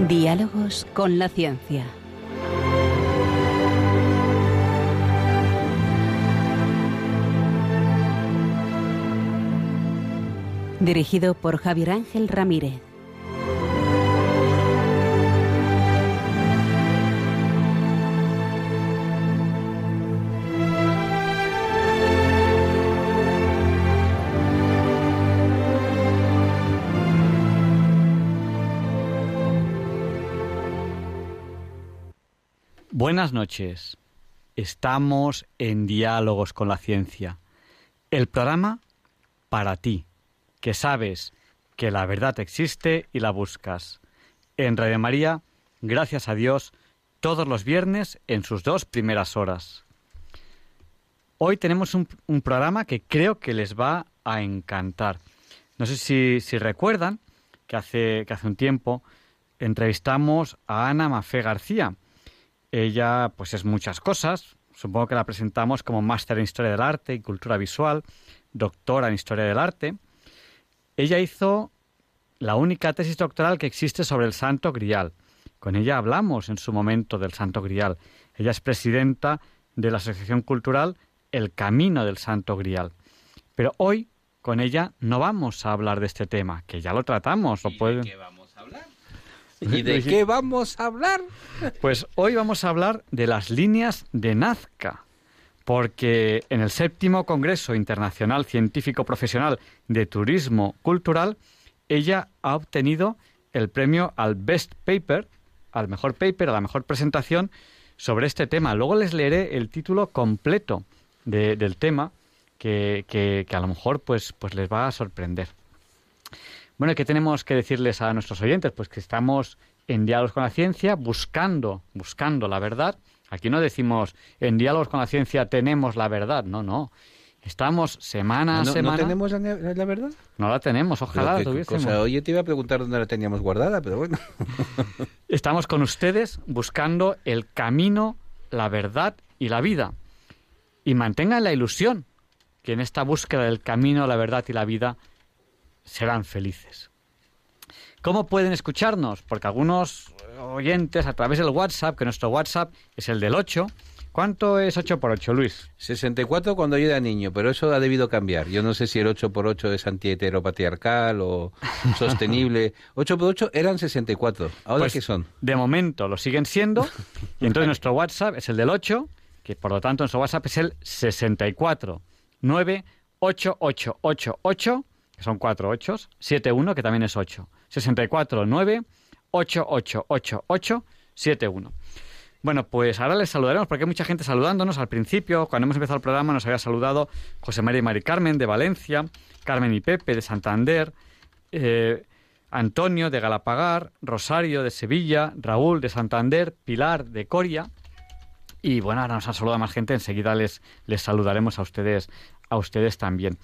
Diálogos con la ciencia. Dirigido por Javier Ángel Ramírez. Buenas noches. Estamos en Diálogos con la Ciencia. El programa para ti, que sabes que la verdad existe y la buscas. En Radio María, gracias a Dios, todos los viernes en sus 2 primeras horas. Hoy tenemos un programa que creo que les va a encantar. No sé si recuerdan que hace un tiempo entrevistamos a Ana Mafé García. Ella pues es muchas cosas. Supongo que la presentamos como máster en Historia del Arte y Cultura Visual, doctora en Historia del Arte. Ella hizo la única tesis doctoral que existe sobre el Santo Grial. Con ella hablamos en su momento del Santo Grial. Ella es presidenta de la Asociación Cultural El Camino del Santo Grial. Pero hoy, con ella, no vamos a hablar de este tema, que ya lo tratamos. ¿De qué vamos a hablar? ¿Y de qué vamos a hablar? Pues hoy vamos a hablar de las líneas de Nazca, porque en el 7º Congreso Internacional Científico Profesional de Turismo Cultural, ella ha obtenido el premio al Best Paper, al mejor paper, a la mejor presentación sobre este tema. Luego les leeré el título completo del tema, que a lo mejor pues les va a sorprender. Bueno, ¿qué tenemos que decirles a nuestros oyentes? Pues que estamos en Diálogos con la Ciencia buscando la verdad. Aquí no decimos, en Diálogos con la Ciencia tenemos la verdad. No. Estamos semana a semana. ¿No tenemos la verdad? No la tenemos, ojalá la tuviésemos. Oye, te iba a preguntar dónde la teníamos guardada, pero bueno. Estamos con ustedes buscando el camino, la verdad y la vida. Y mantengan la ilusión que en esta búsqueda del camino, la verdad y la vida serán felices. ¿Cómo pueden escucharnos? Porque algunos oyentes a través del WhatsApp, que nuestro WhatsApp es el del 8. ¿Cuánto es 8 por 8, Luis? 64 cuando yo era niño, pero eso ha debido cambiar. Yo no sé si el 8 por 8 es antiheteropatriarcal o sostenible. 8 por 8 eran 64. ¿Ahora pues, qué son? De momento lo siguen siendo. Y entonces nuestro WhatsApp es el del 8, que por lo tanto nuestro WhatsApp es el 64 98888, que son 4 ochos, 71, que también es 8. 64 98888 71. Bueno, pues ahora les saludaremos porque hay mucha gente saludándonos. Al principio, cuando hemos empezado el programa, nos había saludado José María y Mari Carmen de Valencia, Carmen y Pepe de Santander, Antonio de Galapagar, Rosario de Sevilla, Raúl de Santander, Pilar de Coria. Y bueno, ahora nos han saludado más gente. Enseguida les saludaremos a ustedes también.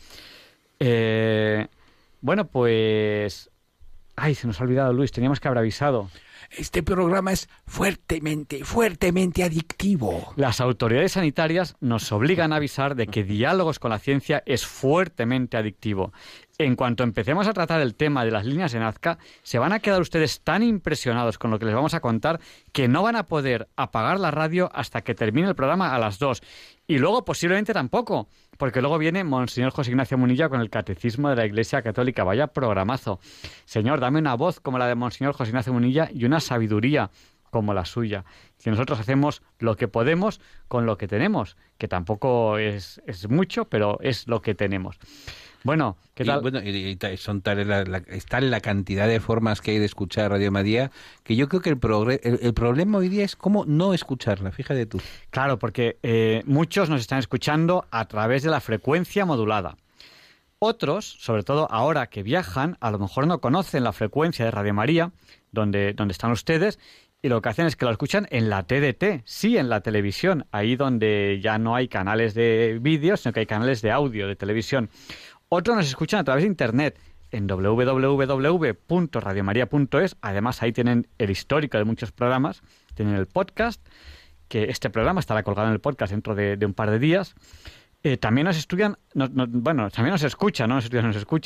Bueno, pues... Ay, se nos ha olvidado, Luis, teníamos que haber avisado. Este programa es fuertemente adictivo. Las autoridades sanitarias nos obligan a avisar de que Diálogos con la Ciencia es fuertemente adictivo. En cuanto empecemos a tratar el tema de las líneas de Nazca, se van a quedar ustedes tan impresionados con lo que les vamos a contar que no van a poder apagar la radio hasta que termine el programa a las 2. Y luego posiblemente tampoco, porque luego viene Monseñor José Ignacio Munilla con el Catecismo de la Iglesia Católica. Vaya programazo. Señor, dame una voz como la de Monseñor José Ignacio Munilla y una sabiduría como la suya. Que nosotros hacemos lo que podemos con lo que tenemos, que tampoco es mucho, pero es lo que tenemos. Bueno, ¿qué tal? Y son es tal la cantidad de formas que hay de escuchar Radio María que yo creo que el problema hoy día es cómo no escucharla, fíjate tú. Claro, porque muchos nos están escuchando a través de la frecuencia modulada. Otros, sobre todo ahora que viajan, a lo mejor no conocen la frecuencia de Radio María, donde están ustedes, y lo que hacen es que lo escuchan en la TDT, sí, en la televisión, ahí donde ya no hay canales de vídeo, sino que hay canales de audio, de televisión. Otros nos escuchan a través de Internet, en www.radiomaria.es. Además, ahí tienen el histórico de muchos programas, tienen el podcast, que este programa estará colgado en el podcast dentro de un par de días. También nos escuchan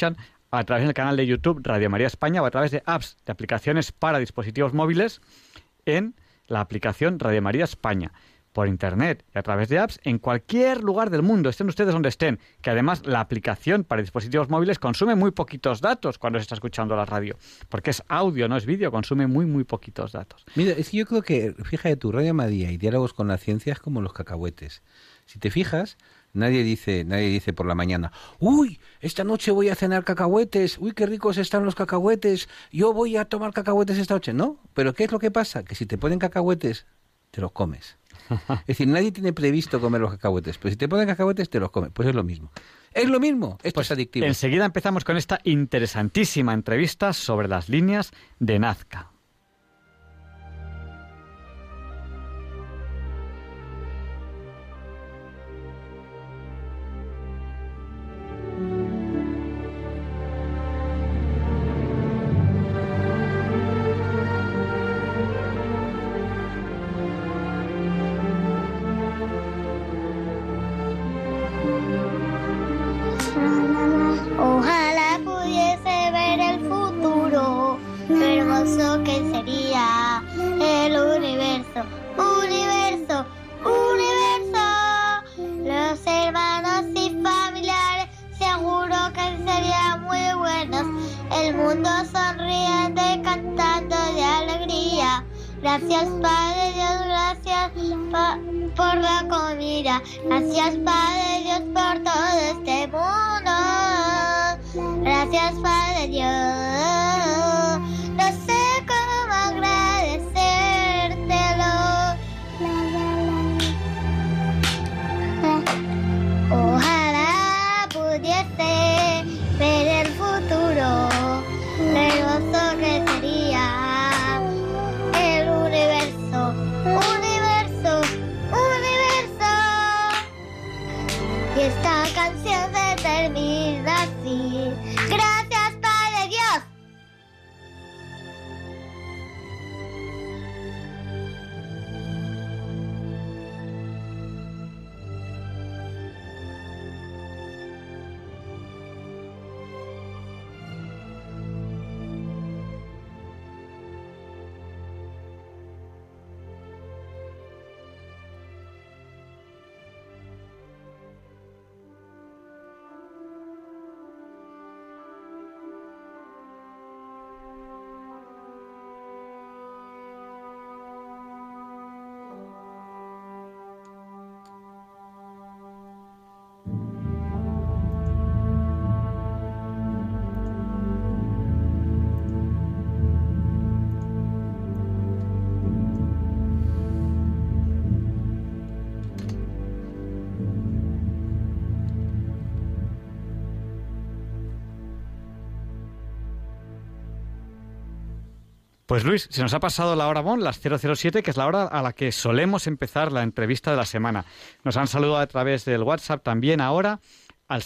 a través del canal de YouTube Radio María España o a través de apps, de aplicaciones para dispositivos móviles en la aplicación Radio María España, por internet y a través de apps en cualquier lugar del mundo, estén ustedes donde estén, que además la aplicación para dispositivos móviles consume muy poquitos datos cuando se está escuchando la radio, porque es audio, no es vídeo, consume muy poquitos datos. Mira, es que yo creo que, fíjate tú, Radio María y Diálogos con la Ciencia es como los cacahuetes. Si te fijas, nadie dice por la mañana, uy, esta noche voy a cenar cacahuetes, uy, qué ricos están los cacahuetes, yo voy a tomar cacahuetes esta noche. No, pero ¿qué es lo que pasa? Que si te ponen cacahuetes, te los comes. Es decir, nadie tiene previsto comer los cacahuetes, pero si te ponen cacahuetes, te los comes. Pues es lo mismo. Es lo mismo. Esto es adictivo. Enseguida empezamos con esta interesantísima entrevista sobre las líneas de Nazca. Ojalá pudiese ver el futuro, lo hermoso que sería el universo, universo, universo. Los hermanos y familiares seguro que serían muy buenos. El mundo sonriente cantando de alegría. Gracias Padre Dios, gracias por la comida. Gracias Padre Dios por todo este mundo. Gracias Padre Dios. No sé cómo agradecértelo. Ojalá pudiese ver el futuro, lo hermoso que sería el universo, universo, universo. Y esta canción se termina así. Gracias, Padre Dios. Pues Luis, se nos ha pasado la hora Bon, las 007, que es la hora a la que solemos empezar la entrevista de la semana. Nos han saludado a través del WhatsApp también ahora al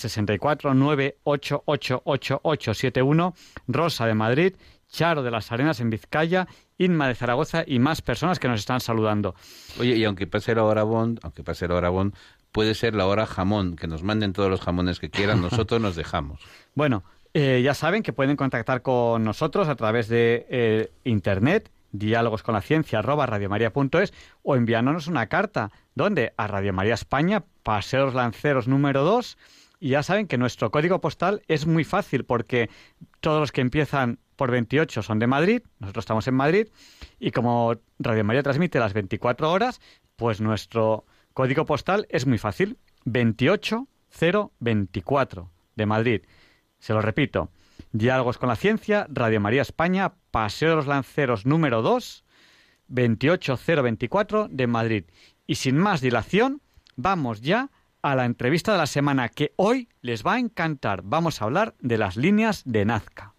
649888871, Rosa de Madrid, Charo de las Arenas en Vizcaya, Inma de Zaragoza y más personas que nos están saludando. Oye, y aunque pase la hora Bon, puede ser la hora jamón, que nos manden todos los jamones que quieran, nosotros nos dejamos. Bueno, ya saben que pueden contactar con nosotros a través de internet, dialogosconlaciencia@radiomaria.es, o enviándonos una carta. ¿Dónde? A Radio María España, Paseo Los Lanceros número 2. Y ya saben que nuestro código postal es muy fácil porque todos los que empiezan por 28 son de Madrid, nosotros estamos en Madrid, y como Radio María transmite las 24 horas, pues nuestro código postal es muy fácil, 28024 de Madrid. Se lo repito, Diálogos con la Ciencia, Radio María España, Paseo de los Lanceros número 2, 28024 de Madrid. Y sin más dilación, vamos ya a la entrevista de la semana, que hoy les va a encantar. Vamos a hablar de las líneas de Nazca.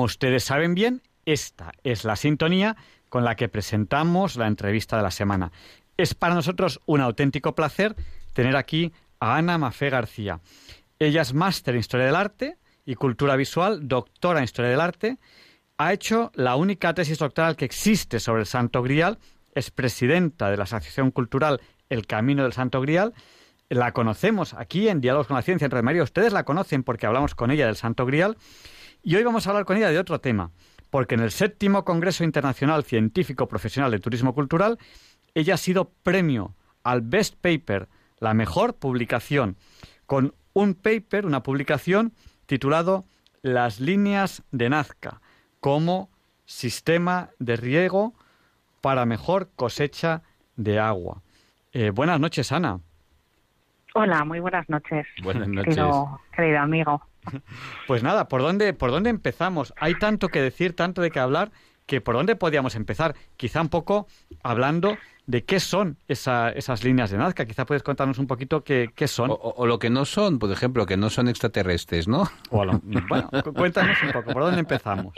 ustedes saben bien, esta es la sintonía con la que presentamos la entrevista de la semana. Es para nosotros un auténtico placer tener aquí a Ana Mafé García. Ella es máster en Historia del Arte y Cultura Visual, doctora en Historia del Arte. Ha hecho la única tesis doctoral que existe sobre el Santo Grial. Es presidenta de la Asociación Cultural El Camino del Santo Grial. La conocemos aquí en Diálogos con la Ciencia en Radio María. Ustedes la conocen porque hablamos con ella del Santo Grial. Y hoy vamos a hablar con ella de otro tema, porque en el 7º Congreso Internacional Científico Profesional de Turismo Cultural, ella ha sido premio al Best Paper, la mejor publicación, con un paper, una publicación titulado Las líneas de Nazca como sistema de riego para mejor cosecha de agua. Buenas noches, Ana. Hola, muy buenas noches. Buenas noches. Querido amigo. Pues nada, ¿por dónde empezamos? Hay tanto que decir, tanto de qué hablar, que ¿por dónde podríamos empezar? Quizá un poco hablando de qué son esas líneas de Nazca. Quizá puedes contarnos un poquito qué son. O lo que no son, por ejemplo, que no son extraterrestres, ¿no? Bueno, cuéntanos un poco, ¿por dónde empezamos?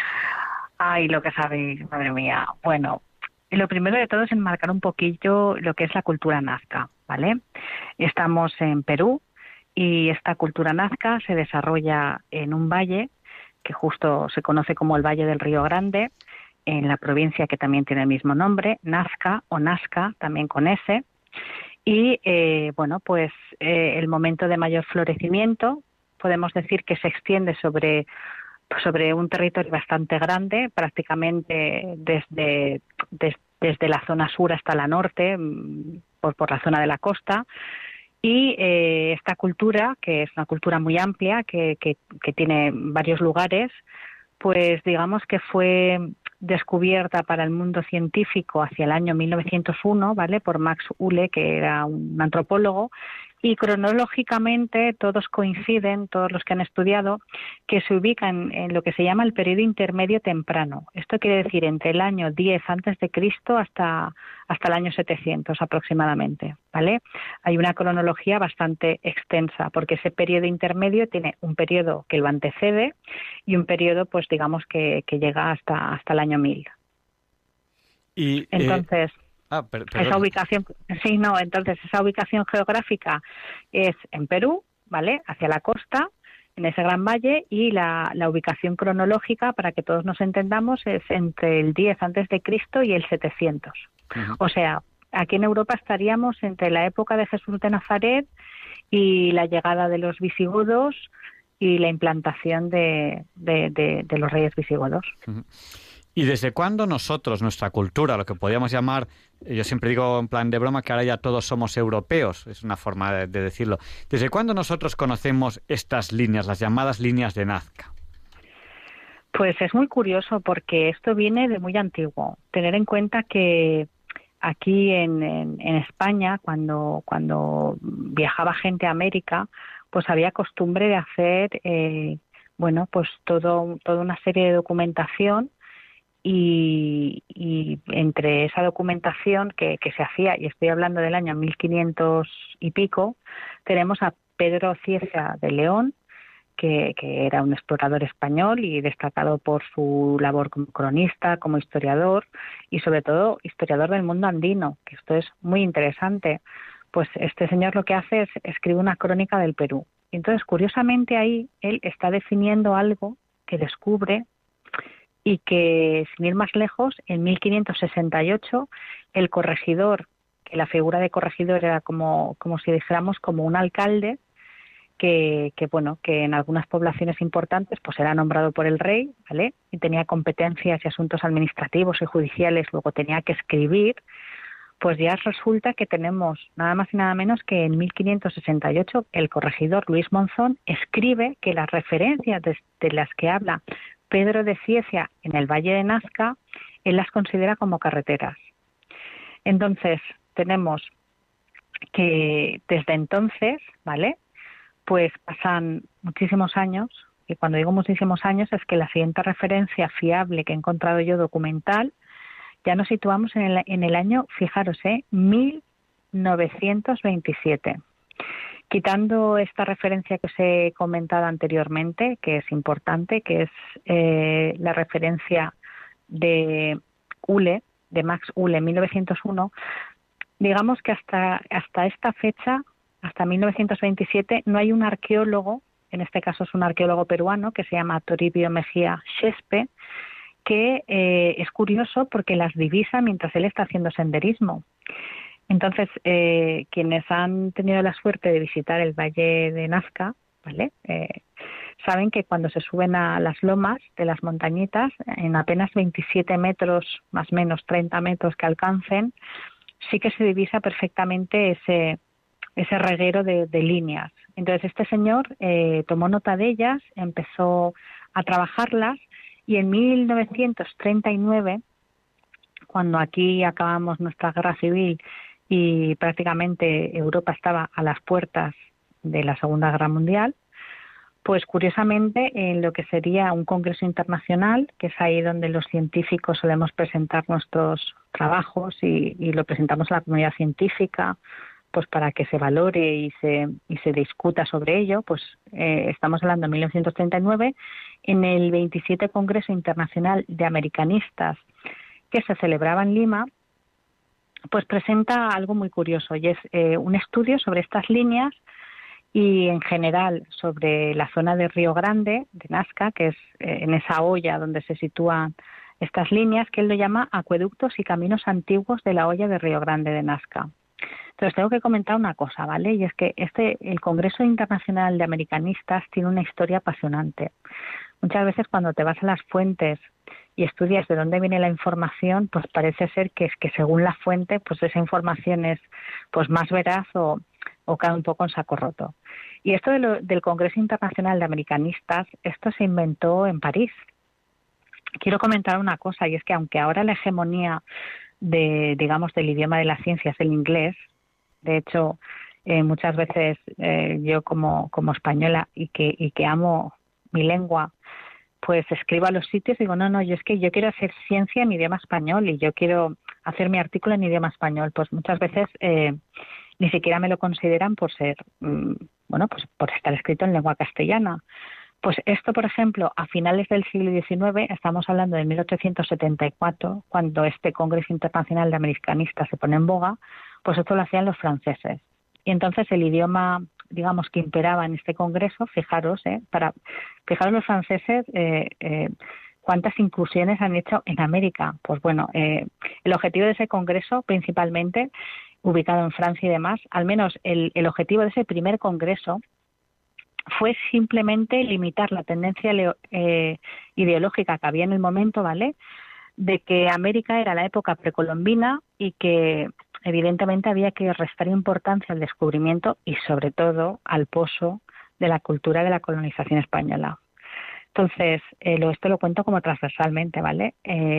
Ay, lo que sabéis, madre mía. Bueno, lo primero de todo es enmarcar un poquillo lo que es la cultura nazca, ¿vale? Estamos en Perú y esta cultura nazca se desarrolla en un valle que justo se conoce como el Valle del Río Grande, en la provincia que también tiene el mismo nombre, Nazca o Nazca, también con S. Y, el momento de mayor florecimiento, podemos decir que se extiende sobre un territorio bastante grande, prácticamente desde la zona sur hasta la norte, por la zona de la costa. Y esta cultura, que es una cultura muy amplia, que tiene varios lugares, pues digamos que fue descubierta para el mundo científico hacia el año 1901, ¿vale?, por Max Uhle, que era un antropólogo, y cronológicamente todos coinciden, todos los que han estudiado, que se ubican en lo que se llama el periodo intermedio temprano. Esto quiere decir entre el año 10 antes de Cristo hasta el año 700 aproximadamente, ¿vale? Hay una cronología bastante extensa, porque ese periodo intermedio tiene un periodo que lo antecede y un periodo, pues digamos, que llega hasta el año 1000. Y entonces esa ubicación geográfica es en Perú, ¿vale?, hacia la costa, en ese gran valle, y la ubicación cronológica, para que todos nos entendamos, es entre el 10 antes de Cristo y el 700. Uh-huh. O sea, aquí en Europa estaríamos entre la época de Jesús de Nazaret y la llegada de los visigodos y la implantación de los reyes visigodos. Uh-huh. ¿Y desde cuándo nosotros, nuestra cultura, lo que podríamos llamar, yo siempre digo en plan de broma que ahora ya todos somos europeos, es una forma de decirlo, ¿desde cuándo nosotros conocemos estas líneas, las llamadas líneas de Nazca? Pues es muy curioso porque esto viene de muy antiguo. Tener en cuenta que aquí en España, cuando viajaba gente a América, pues había costumbre de hacer, pues toda una serie de documentación. Y entre esa documentación que se hacía, y estoy hablando del año 1500 y pico, tenemos a Pedro Cieza de León, que era un explorador español y destacado por su labor como cronista, como historiador y sobre todo historiador del mundo andino, que esto es muy interesante. Pues este señor lo que hace es escribe una crónica del Perú. Y entonces, curiosamente, ahí él está definiendo algo que descubre y que, sin ir más lejos, en 1568 el corregidor, que la figura de corregidor era como si dijéramos como un alcalde, que en algunas poblaciones importantes pues era nombrado por el rey, ¿vale?, y tenía competencias y asuntos administrativos y judiciales, luego tenía que escribir. Pues ya resulta que tenemos nada más y nada menos que en 1568 el corregidor Luis Monzón escribe que las referencias de las que habla Pedro de Cieza en el Valle de Nazca, él las considera como carreteras. Entonces, tenemos que desde entonces, ¿vale?, pues pasan muchísimos años, y cuando digo muchísimos años es que la siguiente referencia fiable que he encontrado yo documental, ya nos situamos en el año, fijaros, 1927. Quitando esta referencia que os he comentado anteriormente, que es importante, que es la referencia de Uhle, de Max Uhle, en 1901, digamos que hasta esta fecha, hasta 1927, no hay un arqueólogo, en este caso es un arqueólogo peruano que se llama Toribio Mejía Xespe, que es curioso porque las divisa mientras él está haciendo senderismo. Entonces, quienes han tenido la suerte de visitar el Valle de Nazca, ¿vale? Saben que cuando se suben a las lomas de las montañitas, en apenas 27 metros, más o menos 30 metros que alcancen, sí que se divisa perfectamente ese reguero de líneas. Entonces, este señor tomó nota de ellas, empezó a trabajarlas, y en 1939, cuando aquí acabamos nuestra guerra civil y prácticamente Europa estaba a las puertas de la Segunda Guerra Mundial, pues curiosamente en lo que sería un congreso internacional, que es ahí donde los científicos solemos presentar nuestros trabajos y lo presentamos a la comunidad científica, pues para que se valore y se discuta sobre ello, pues estamos hablando de 1939, en el 27 Congreso Internacional de Americanistas que se celebraba en Lima, pues presenta algo muy curioso, y es un estudio sobre estas líneas y en general sobre la zona de Río Grande, de Nazca, que es en esa olla donde se sitúan estas líneas, que él lo llama acueductos y caminos antiguos de la olla de Río Grande de Nazca. Entonces tengo que comentar una cosa, ¿vale? Y es que el Congreso Internacional de Americanistas tiene una historia apasionante. Muchas veces cuando te vas a las fuentes y estudias de dónde viene la información, pues parece ser que es que según la fuente, pues esa información es pues más veraz o cae un poco en saco roto. Y esto del Congreso Internacional de Americanistas, esto se inventó en París. Quiero comentar una cosa, y es que aunque ahora la hegemonía del idioma de la ciencia es el inglés, de hecho, muchas veces yo como española y que amo mi lengua, pues escribo a los sitios y digo, no, yo es que yo quiero hacer ciencia en idioma español y yo quiero hacer mi artículo en idioma español. Pues muchas veces ni siquiera me lo consideran por ser, pues por estar escrito en lengua castellana. Pues esto, por ejemplo, a finales del siglo XIX, estamos hablando de 1874, cuando este Congreso Internacional de Americanistas se pone en boga, pues esto lo hacían los franceses. Y entonces el idioma, digamos, que imperaba en este congreso, fijaros los franceses cuántas incursiones han hecho en América. Pues bueno, el objetivo de ese congreso, principalmente ubicado en Francia y demás, al menos el objetivo de ese primer congreso fue simplemente limitar la tendencia ideológica que había en el momento, ¿vale?, de que América era la época precolombina y que evidentemente había que restar importancia al descubrimiento y sobre todo al pozo de la cultura de la colonización española. Entonces, esto lo cuento como transversalmente, ¿vale?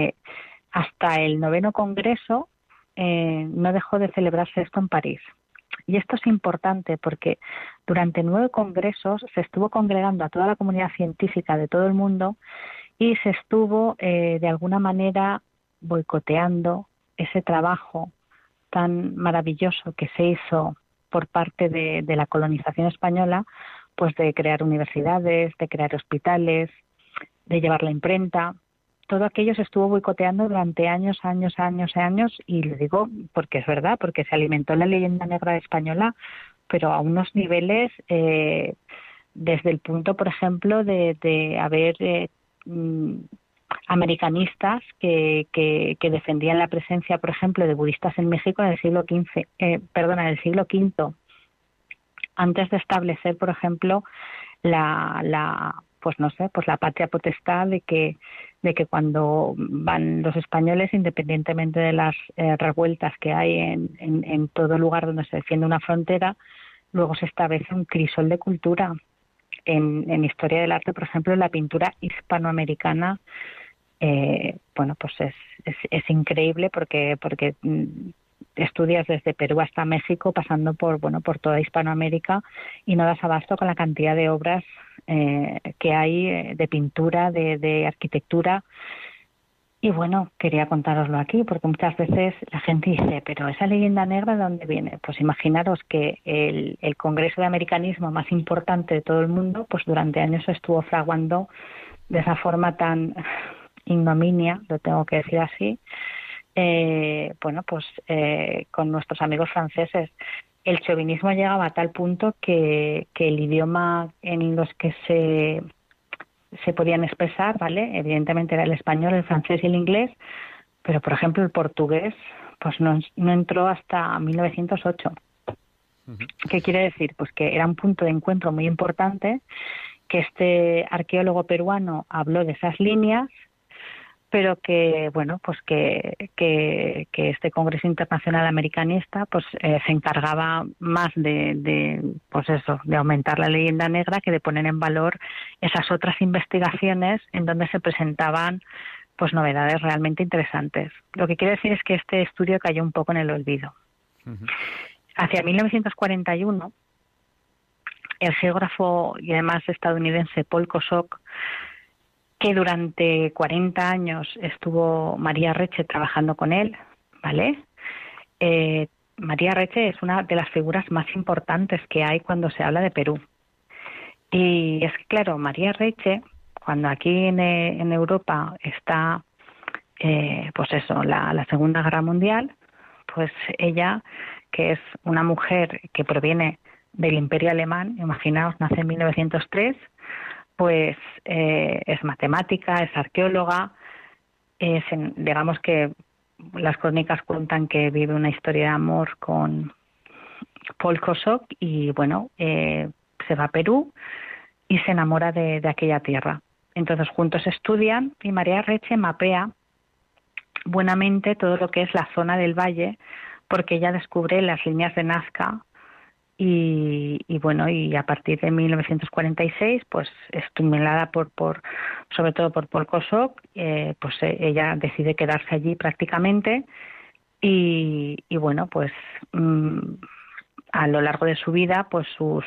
Hasta el 9º Congreso no dejó de celebrarse esto en París. Y esto es importante porque durante 9 congresos se estuvo congregando a toda la comunidad científica de todo el mundo y se estuvo de alguna manera boicoteando ese trabajo tan maravilloso que se hizo por parte de la colonización española, pues de crear universidades, de crear hospitales, de llevar la imprenta. Todo aquello se estuvo boicoteando durante años, y lo digo porque es verdad, porque se alimentó la leyenda negra española, pero a unos niveles, desde el punto, por ejemplo, de haber americanistas que defendían la presencia, por ejemplo, de budistas en México en el siglo V, antes de establecer, por ejemplo, la patria potestad de que cuando van los españoles, independientemente de las revueltas que hay en todo lugar donde se defiende una frontera, luego se establece un crisol de cultura. En historia del arte, por ejemplo, la pintura hispanoamericana, pues es increíble porque estudias desde Perú hasta México, pasando por toda Hispanoamérica, y no das abasto con la cantidad de obras que hay de pintura, de arquitectura, Y bueno, quería contároslo aquí porque muchas veces la gente dice, pero esa leyenda negra ¿de dónde viene? Pues imaginaros que el Congreso de Americanismo más importante de todo el mundo, pues durante años estuvo fraguando de esa forma tan ignominia, lo tengo que decir así, con nuestros amigos franceses. El chauvinismo llegaba a tal punto que el idioma en los que se podían expresar, ¿vale? Evidentemente era el español, el francés y el inglés, pero por ejemplo el portugués pues no entró hasta 1908. ¿Qué quiere decir? Pues que era un punto de encuentro muy importante, que este arqueólogo peruano habló de esas líneas, pero que bueno, pues que este Congreso Internacional Americanista pues se encargaba más de aumentar la leyenda negra que de poner en valor esas otras investigaciones en donde se presentaban pues novedades realmente interesantes. Lo que quiere decir es que este estudio cayó un poco en el olvido. Hacia 1941, el geógrafo y además estadounidense Paul Kosok, que durante 40 años estuvo María Reche trabajando con él, ¿vale? María Reche es una de las figuras más importantes que hay cuando se habla de Perú. Y es que, claro, María Reche, cuando aquí en Europa está, la Segunda Guerra Mundial, pues ella, que es una mujer que proviene del Imperio Alemán, imaginaos, nace en 1903, pues es matemática, es arqueóloga, digamos que las crónicas cuentan que vive una historia de amor con Paul Kosok y bueno, se va a Perú y se enamora de aquella tierra. Entonces juntos estudian y María Reche mapea buenamente todo lo que es la zona del valle, porque ella descubre las líneas de Nazca. Y a partir de 1946, pues estimulada sobre todo por Paul Kosok, ella decide quedarse allí prácticamente y a lo largo de su vida, pues su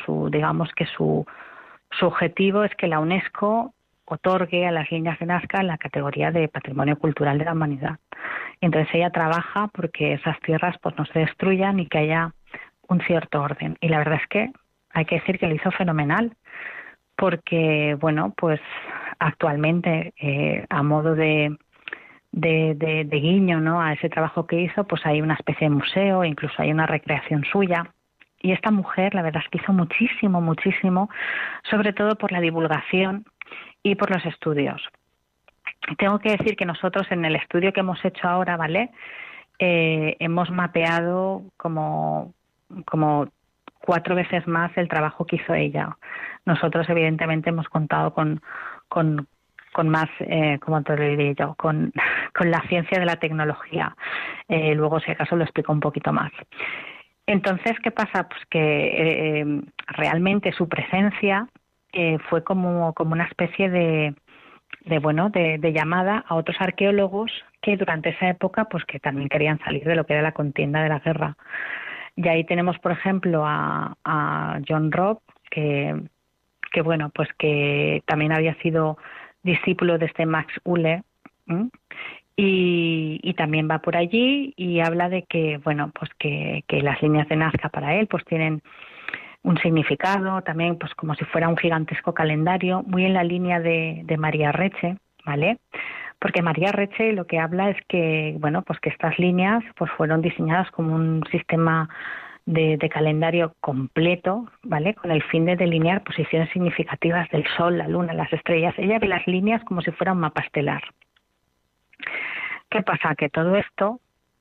objetivo es que la UNESCO otorgue a las líneas de Nazca la categoría de Patrimonio Cultural de la Humanidad. Entonces ella trabaja porque esas tierras pues no se destruyan y que haya un cierto orden. Y la verdad es que hay que decir que lo hizo fenomenal, porque, bueno, pues actualmente, a modo de guiño, ¿no?, a ese trabajo que hizo, pues hay una especie de museo, incluso hay una recreación suya. Y esta mujer, la verdad es que hizo muchísimo, muchísimo, sobre todo por la divulgación y por los estudios. Tengo que decir que nosotros en el estudio que hemos hecho ahora, ¿vale?, hemos mapeado como 4 veces más el trabajo que hizo ella. Nosotros evidentemente hemos contado con más, ¿cómo te lo diré yo?, con la ciencia de la tecnología. Luego, si acaso, lo explico un poquito más. Entonces, ¿qué pasa? Pues que realmente su presencia fue como una especie de llamada a otros arqueólogos que durante esa época, pues que también querían salir de lo que era la contienda de la guerra. Y ahí tenemos, por ejemplo, a John Robb, que también había sido discípulo de este Max Uhle, y también va por allí y habla de que, que las líneas de Nazca para él pues tienen un significado, también pues como si fuera un gigantesco calendario, muy en la línea de María Reche, ¿vale? Porque María Reche lo que habla es que, que estas líneas pues fueron diseñadas como un sistema de calendario completo, ¿vale?, con el fin de delinear posiciones significativas del Sol, la Luna, las estrellas. Ella ve las líneas como si fuera un mapa estelar. ¿Qué pasa? Que todo esto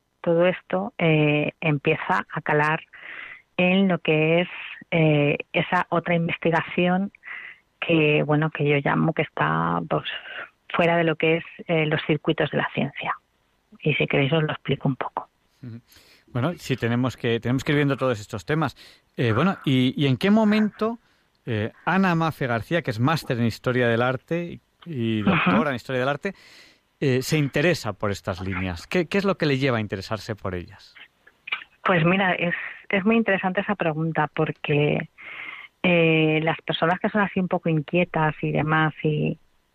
empieza a calar en lo que es esa otra investigación que yo llamo que está pues fuera de lo que es los circuitos de la ciencia. Y si queréis os lo explico un poco. Bueno, sí, tenemos que ir viendo todos estos temas. ¿Y en qué momento Ana Mafe García, que es máster en Historia del Arte y doctora en Historia del Arte, se interesa por estas líneas? ¿Qué es lo que le lleva a interesarse por ellas? Pues mira, es muy interesante esa pregunta, porque las personas que son así un poco inquietas y demás y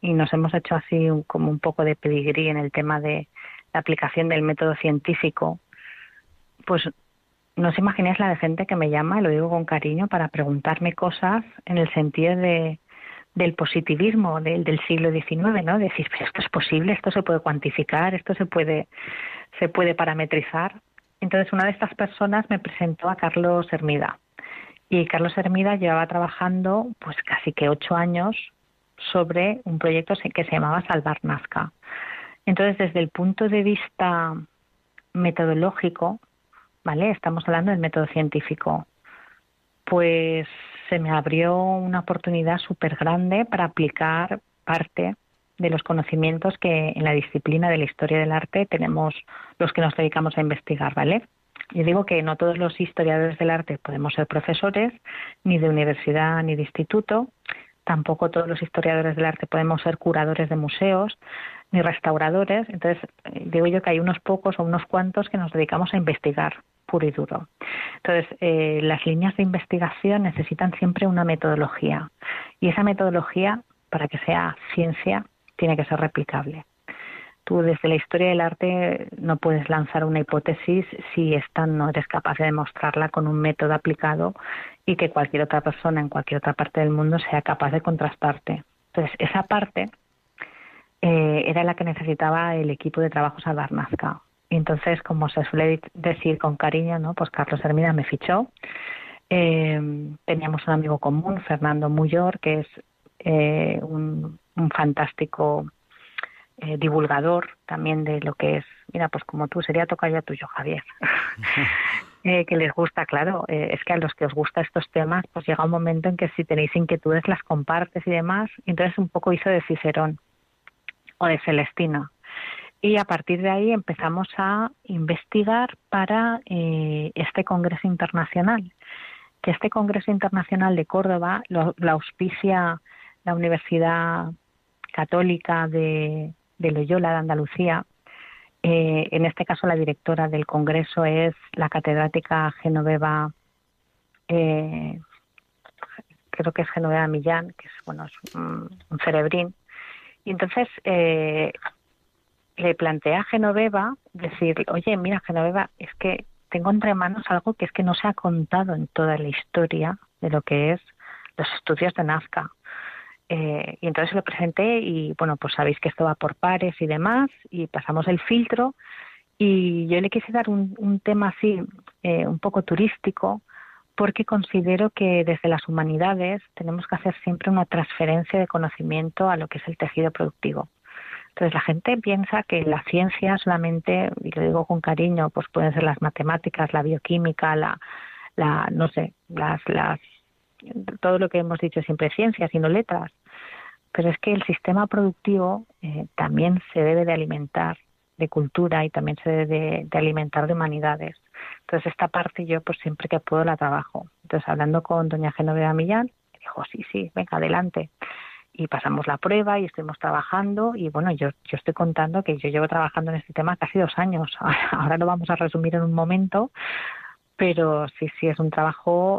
y nos hemos hecho así como un poco de pedigrí en el tema de la aplicación del método científico, pues no os imagináis la de gente que me llama, y lo digo con cariño, para preguntarme cosas en el sentido del positivismo del siglo XIX, ¿no? Decir, pero esto es posible, esto se puede cuantificar, esto se puede parametrizar. Entonces, una de estas personas me presentó a Carlos Hermida. Y Carlos Hermida llevaba trabajando pues casi que 8 años sobre un proyecto que se llamaba Salvar Nazca. Entonces, desde el punto de vista metodológico, ¿vale? Estamos hablando del método científico. Pues se me abrió una oportunidad súper grande para aplicar parte de los conocimientos que en la disciplina de la historia del arte tenemos los que nos dedicamos a investigar, ¿vale? Yo digo que no todos los historiadores del arte podemos ser profesores, ni de universidad ni de instituto. Tampoco todos los historiadores del arte podemos ser curadores de museos, ni restauradores. Entonces, digo yo que hay unos pocos o unos cuantos que nos dedicamos a investigar, puro y duro. Entonces, las líneas de investigación necesitan siempre una metodología. Y esa metodología, para que sea ciencia, tiene que ser replicable. Tú desde la historia del arte no puedes lanzar una hipótesis si esta no eres capaz de demostrarla con un método aplicado y que cualquier otra persona en cualquier otra parte del mundo sea capaz de contrastarte. Entonces, esa parte era la que necesitaba el equipo de trabajo Salvar Nazca. Y entonces, como se suele decir con cariño, ¿no? Pues Carlos Hermida me fichó. Teníamos un amigo común, Fernando Muyor, que es un fantástico divulgador también de lo que es, mira, pues como tú, sería tocayo tuyo, Javier. Que les gusta, claro, es que a los que os gustan estos temas, pues llega un momento en que si tenéis inquietudes las compartes y demás, y entonces un poco hizo de Cicerón o de Celestina. Y a partir de ahí empezamos a investigar para este Congreso Internacional, que este Congreso Internacional de Córdoba lo auspicia la Universidad Católica de Loyola de Andalucía. En este caso la directora del Congreso es la catedrática Genoveva, creo que es Genoveva Millán, que es un cerebrín. Y entonces le planteé a Genoveva decir, oye, mira, Genoveva, es que tengo entre manos algo que es que no se ha contado en toda la historia de lo que es los estudios de Nazca. Y entonces lo presenté y, bueno, pues sabéis que esto va por pares y demás, y pasamos el filtro, y yo le quise dar un tema así, un poco turístico, porque considero que desde las humanidades tenemos que hacer siempre una transferencia de conocimiento a lo que es el tejido productivo. Entonces la gente piensa que la ciencia solamente, y lo digo con cariño, pues pueden ser las matemáticas, la bioquímica, no sé, todo lo que hemos dicho siempre, ciencias y no letras. Pero es que el sistema productivo también se debe de alimentar de cultura y también se debe de alimentar de humanidades. Entonces esta parte yo pues siempre que puedo la trabajo. Entonces hablando con doña Genoveva Millán, me dijo sí, venga, adelante. Y pasamos la prueba y estuvimos trabajando y bueno, yo estoy contando que yo llevo trabajando en este tema casi 2 años. Ahora lo vamos a resumir en un momento, pero sí es un trabajo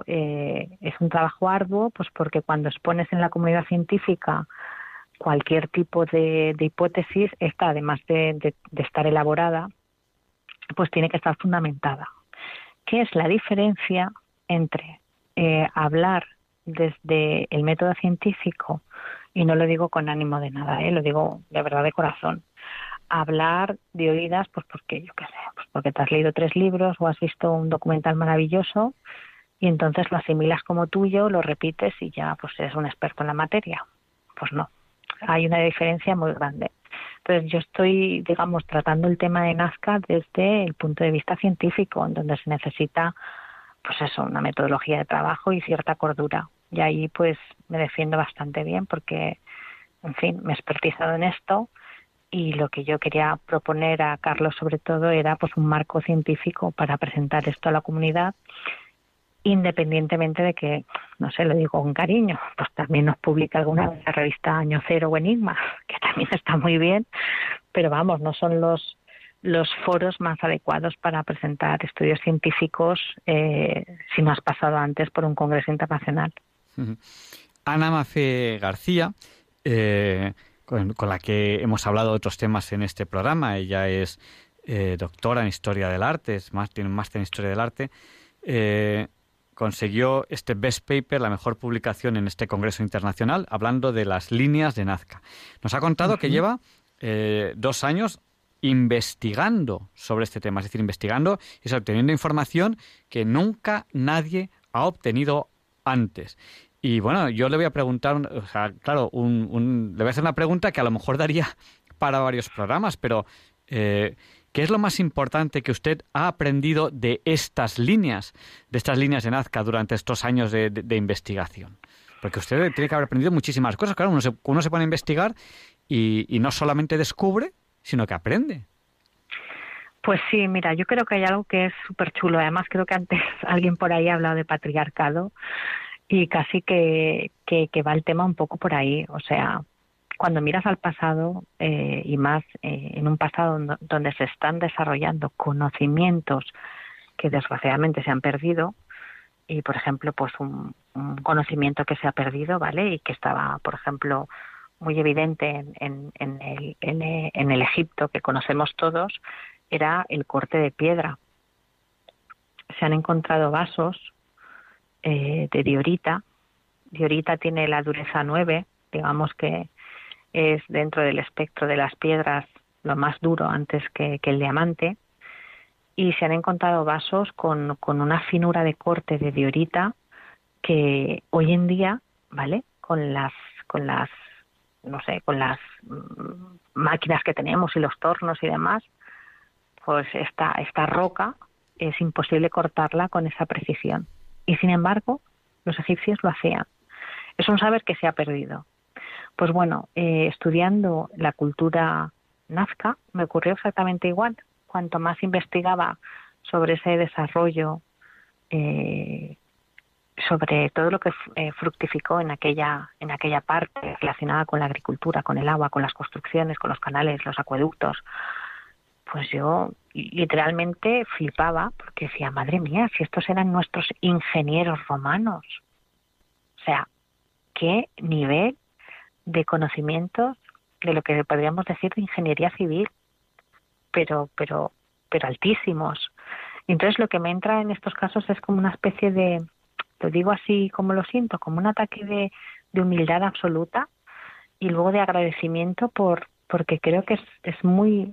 arduo, pues porque cuando expones en la comunidad científica cualquier tipo de hipótesis, esta además de estar elaborada, pues tiene que estar fundamentada. ¿Qué es la diferencia entre hablar desde el método científico, y no lo digo con ánimo de nada, lo digo de verdad de corazón, hablar de oídas, pues porque yo qué sé, pues porque te has leído 3 libros o has visto un documental maravilloso y entonces lo asimilas como tuyo, lo repites y ya pues eres un experto en la materia? Pues no, hay una diferencia muy grande. Entonces yo estoy, digamos, tratando el tema de Nazca desde el punto de vista científico, en donde se necesita pues eso, una metodología de trabajo y cierta cordura. Y ahí pues me defiendo bastante bien porque, en fin, me he expertizado en esto. Y lo que yo quería proponer a Carlos sobre todo era pues un marco científico para presentar esto a la comunidad, independientemente de que, no sé, lo digo con cariño, pues también nos publica alguna vez la revista Año Cero o Enigma, que también está muy bien, pero vamos, no son los foros más adecuados para presentar estudios científicos si no has pasado antes por un congreso internacional. Ana Mafe García con la que hemos hablado de otros temas en este programa. Ella es doctora en Historia del Arte, tiene un máster en Historia del Arte. Consiguió este Best Paper, la mejor publicación en este congreso internacional, hablando de las líneas de Nazca. Nos ha contado que lleva 2 años investigando sobre este tema, es decir, investigando y obteniendo información que nunca nadie ha obtenido antes. Y bueno, yo le voy a preguntar, le voy a hacer una pregunta que a lo mejor daría para varios programas, pero ¿qué es lo más importante que usted ha aprendido de estas líneas de Nazca durante estos años de investigación? Porque usted tiene que haber aprendido muchísimas cosas. Claro, uno se pone a investigar y no solamente descubre, sino que aprende. Pues sí, mira, yo creo que hay algo que es súper chulo. Además, creo que antes alguien por ahí ha hablado de patriarcado y casi que va el tema un poco por ahí. O sea, cuando miras al pasado y más en un pasado donde se están desarrollando conocimientos que desgraciadamente se han perdido, y por ejemplo, pues un conocimiento que se ha perdido, ¿vale? Y que estaba, por ejemplo, muy evidente en el Egipto que conocemos todos, era el corte de piedra. Se han encontrado vasos de diorita. Diorita tiene la dureza 9, digamos que es dentro del espectro de las piedras lo más duro antes que el diamante, y se han encontrado vasos con una finura de corte de diorita que hoy en día, ¿vale? Con las máquinas que tenemos y los tornos y demás, pues esta roca es imposible cortarla con esa precisión. Y sin embargo, los egipcios lo hacían. Es un saber que se ha perdido. Pues bueno, estudiando la cultura nazca, me ocurrió exactamente igual. Cuanto más investigaba sobre ese desarrollo, sobre todo lo que fructificó en aquella parte relacionada con la agricultura, con el agua, con las construcciones, con los canales, los acueductos, pues yo literalmente flipaba porque decía, madre mía, si estos eran nuestros ingenieros romanos. O sea, qué nivel de conocimientos de lo que podríamos decir de ingeniería civil, pero altísimos. Y entonces lo que me entra en estos casos es como una especie de, lo digo así como lo siento, como un ataque de humildad absoluta y luego de agradecimiento porque creo que es muy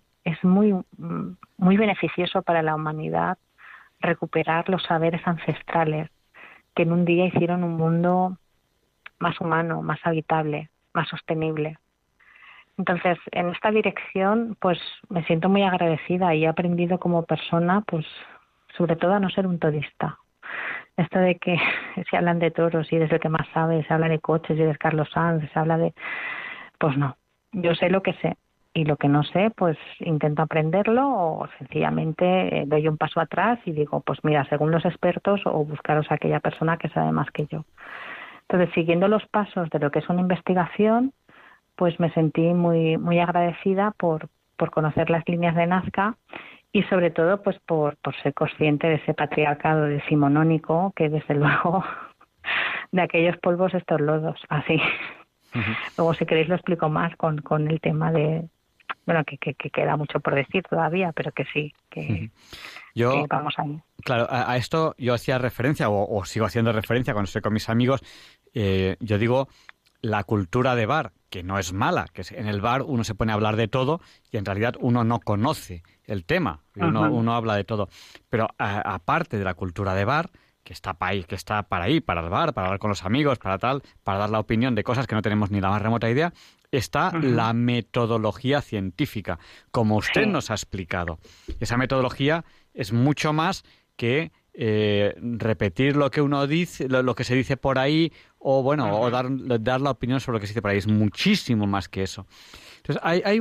beneficioso para la humanidad recuperar los saberes ancestrales que en un día hicieron un mundo más humano, más habitable, más sostenible. Entonces, en esta dirección, pues me siento muy agradecida y he aprendido como persona, pues sobre todo a no ser un todista. Esto de que se hablan de toros y eres el que más sabe, se habla de coches y eres Carlos Sanz, se habla de... Pues no, yo sé lo que sé y lo que no sé, pues intento aprenderlo o sencillamente doy un paso atrás y digo, pues mira, según los expertos o buscaros a aquella persona que sabe más que yo. Entonces, siguiendo los pasos de lo que es una investigación, pues me sentí muy muy agradecida por conocer las líneas de Nazca y sobre todo pues por ser consciente de ese patriarcado decimonónico que desde luego de aquellos polvos estos lodos, así. Uh-huh. Luego si queréis lo explico más con el tema de, bueno, que queda mucho por decir todavía, pero que sí, que... Yo, que vamos ahí. Claro, a esto yo hacía referencia, o sigo haciendo referencia cuando estoy con mis amigos, yo digo la cultura de bar, que no es mala, que en el bar uno se pone a hablar de todo y en realidad uno no conoce el tema, uno habla de todo. Pero aparte de la cultura de bar, que está para el bar, para hablar con los amigos, para dar la opinión de cosas que no tenemos ni la más remota idea, está la metodología científica, como usted nos ha explicado. Esa metodología es mucho más que repetir lo que uno dice, lo que se dice por ahí, o dar la opinión sobre lo que se dice por ahí. Es muchísimo más que eso. Entonces, hay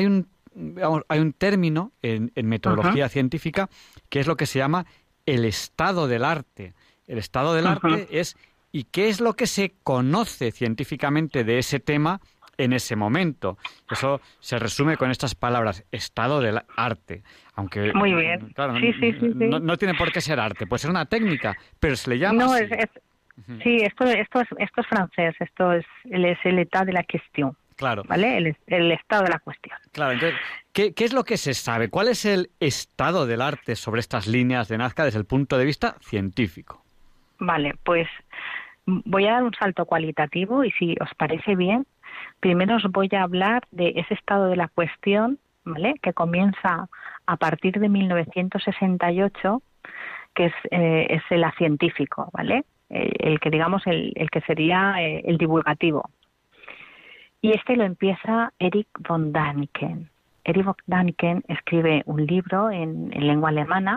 un término en metodología científica que es lo que se llama el estado del arte. El estado del arte es ¿y qué es lo que se conoce científicamente de ese tema en ese momento? Eso se resume con estas palabras, estado del arte. Aunque, muy bien. Claro, sí. No tiene por qué ser arte, puede ser una técnica, pero se le llama así. Sí, esto es francés, esto es el état de la question. Claro. ¿vale? El estado de la cuestión. Claro, entonces, ¿qué es lo que se sabe? ¿Cuál es el estado del arte sobre estas líneas de Nazca desde el punto de vista científico? Vale, pues voy a dar un salto cualitativo y si os parece bien, primero os voy a hablar de ese estado de la cuestión, ¿vale? Que comienza a partir de 1968, que es el científico, ¿vale? El que digamos el que sería el divulgativo. Y este lo empieza Erich von Däniken. Erich von Däniken escribe un libro en lengua alemana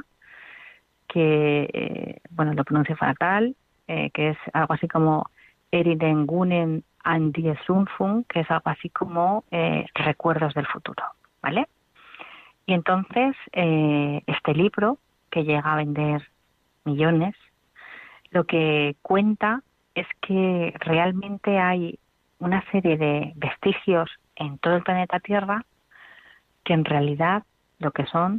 que, lo pronuncio fatal, que es algo así como Erinnerungen an die Zukunft, que es algo así como recuerdos del futuro, ¿vale? Y entonces este libro, que llega a vender millones, lo que cuenta es que realmente hay una serie de vestigios en todo el planeta Tierra que en realidad lo que son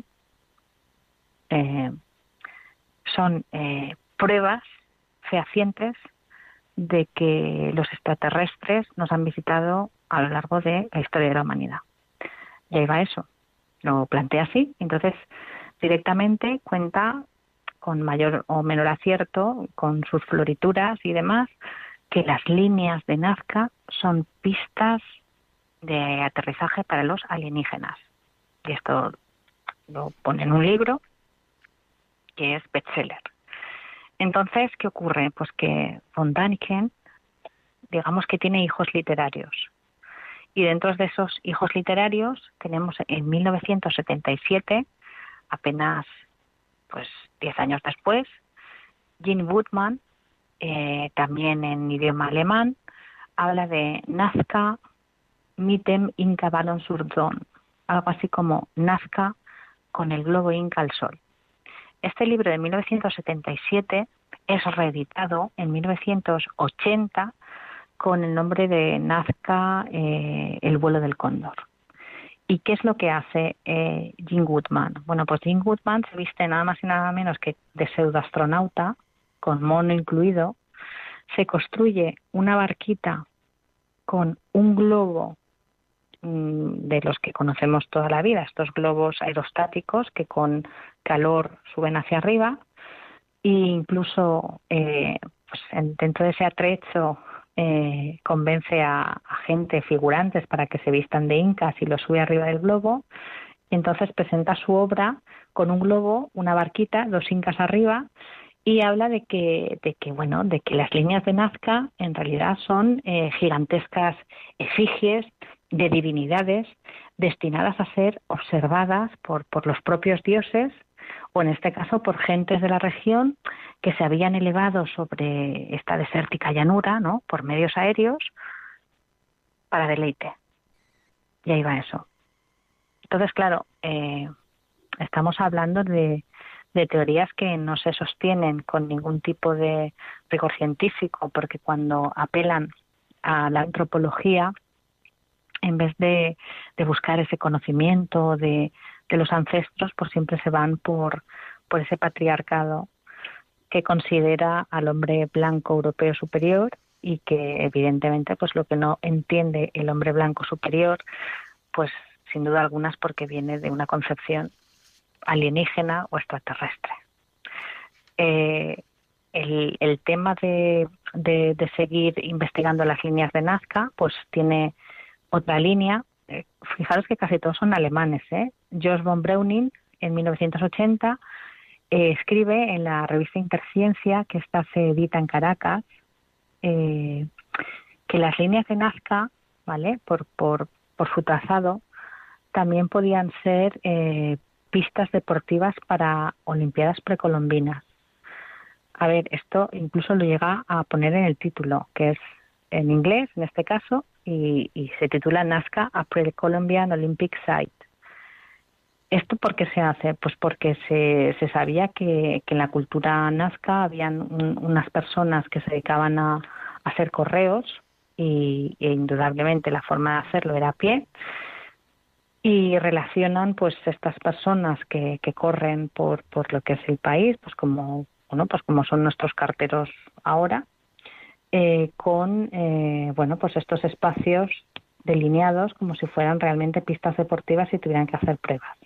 pruebas fehacientes de que los extraterrestres nos han visitado a lo largo de la historia de la humanidad. Y ahí va eso. Lo plantea así. Entonces, directamente cuenta con mayor o menor acierto, con sus florituras y demás, que las líneas de Nazca son pistas de aterrizaje para los alienígenas. Y esto lo pone en un libro que es bestseller. Entonces, ¿qué ocurre? Pues que von Däniken, digamos que tiene hijos literarios. Y dentro de esos hijos literarios tenemos en 1977, apenas 10 años después, Jean Woodman, también en idioma alemán, habla de Nazca mit dem Inka-Ballon zur Sonne, algo así como Nazca con el globo Inca al sol. Este libro de 1977 es reeditado en 1980 con el nombre de Nazca, el vuelo del cóndor. ¿Y qué es lo que hace Jean Woodman? Bueno, pues Jean Woodman se viste nada más y nada menos que de pseudoastronauta, con mono incluido, se construye una barquita con un globo de los que conocemos toda la vida, estos globos aerostáticos que con calor suben hacia arriba, e incluso dentro de ese atrecho convence a gente, figurantes, para que se vistan de incas y lo sube arriba del globo, y entonces presenta su obra con un globo, una barquita, 2 incas arriba, y habla de que las líneas de Nazca en realidad son gigantescas efigies de divinidades destinadas a ser observadas por los propios dioses, o en este caso por gentes de la región que se habían elevado sobre esta desértica llanura, ¿no?, por medios aéreos para deleite. Y ahí va eso. Entonces, claro, estamos hablando de teorías que no se sostienen con ningún tipo de rigor científico, porque cuando apelan a la antropología, en vez de buscar ese conocimiento de los ancestros, pues siempre se van por ese patriarcado que considera al hombre blanco europeo superior, y que evidentemente pues lo que no entiende el hombre blanco superior, pues sin duda alguna es porque viene de una concepción alienígena o extraterrestre. El tema de seguir investigando las líneas de Nazca, pues tiene otra línea. Fijaros que casi todos son alemanes, George von Breuning, en 1980, escribe en la revista Interciencia, que esta se edita en Caracas, que las líneas de Nazca, ¿vale?, por su trazado, también podían ser pistas deportivas para Olimpiadas precolombinas. A ver, esto incluso lo llega a poner en el título, que es en inglés, en este caso, y se titula Nazca, a Pre-Columbian Olympic Site. ¿Esto por qué se hace? Pues porque se sabía que en la cultura nazca habían unas personas que se dedicaban a hacer correos, e indudablemente la forma de hacerlo era a pie, y relacionan pues estas personas que corren por lo que es el país, pues como son nuestros carteros ahora, con pues estos espacios delineados como si fueran realmente pistas deportivas y tuvieran que hacer pruebas.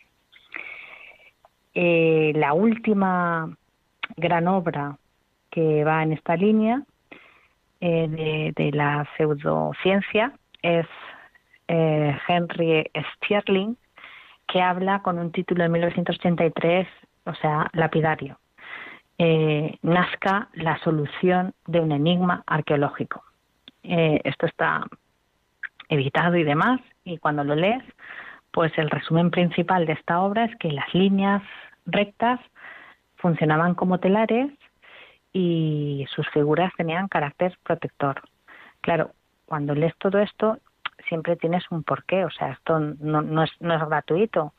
La última gran obra que va en esta línea de la pseudociencia es Henry Stirling, que habla con un título de 1983, o sea, lapidario. Nazca, la solución de un enigma arqueológico. Esto está editado y demás, y cuando lo lees, pues el resumen principal de esta obra es que las líneas rectas funcionaban como telares y sus figuras tenían carácter protector. Claro, cuando lees todo esto siempre tienes un porqué, o sea, esto no es gratuito.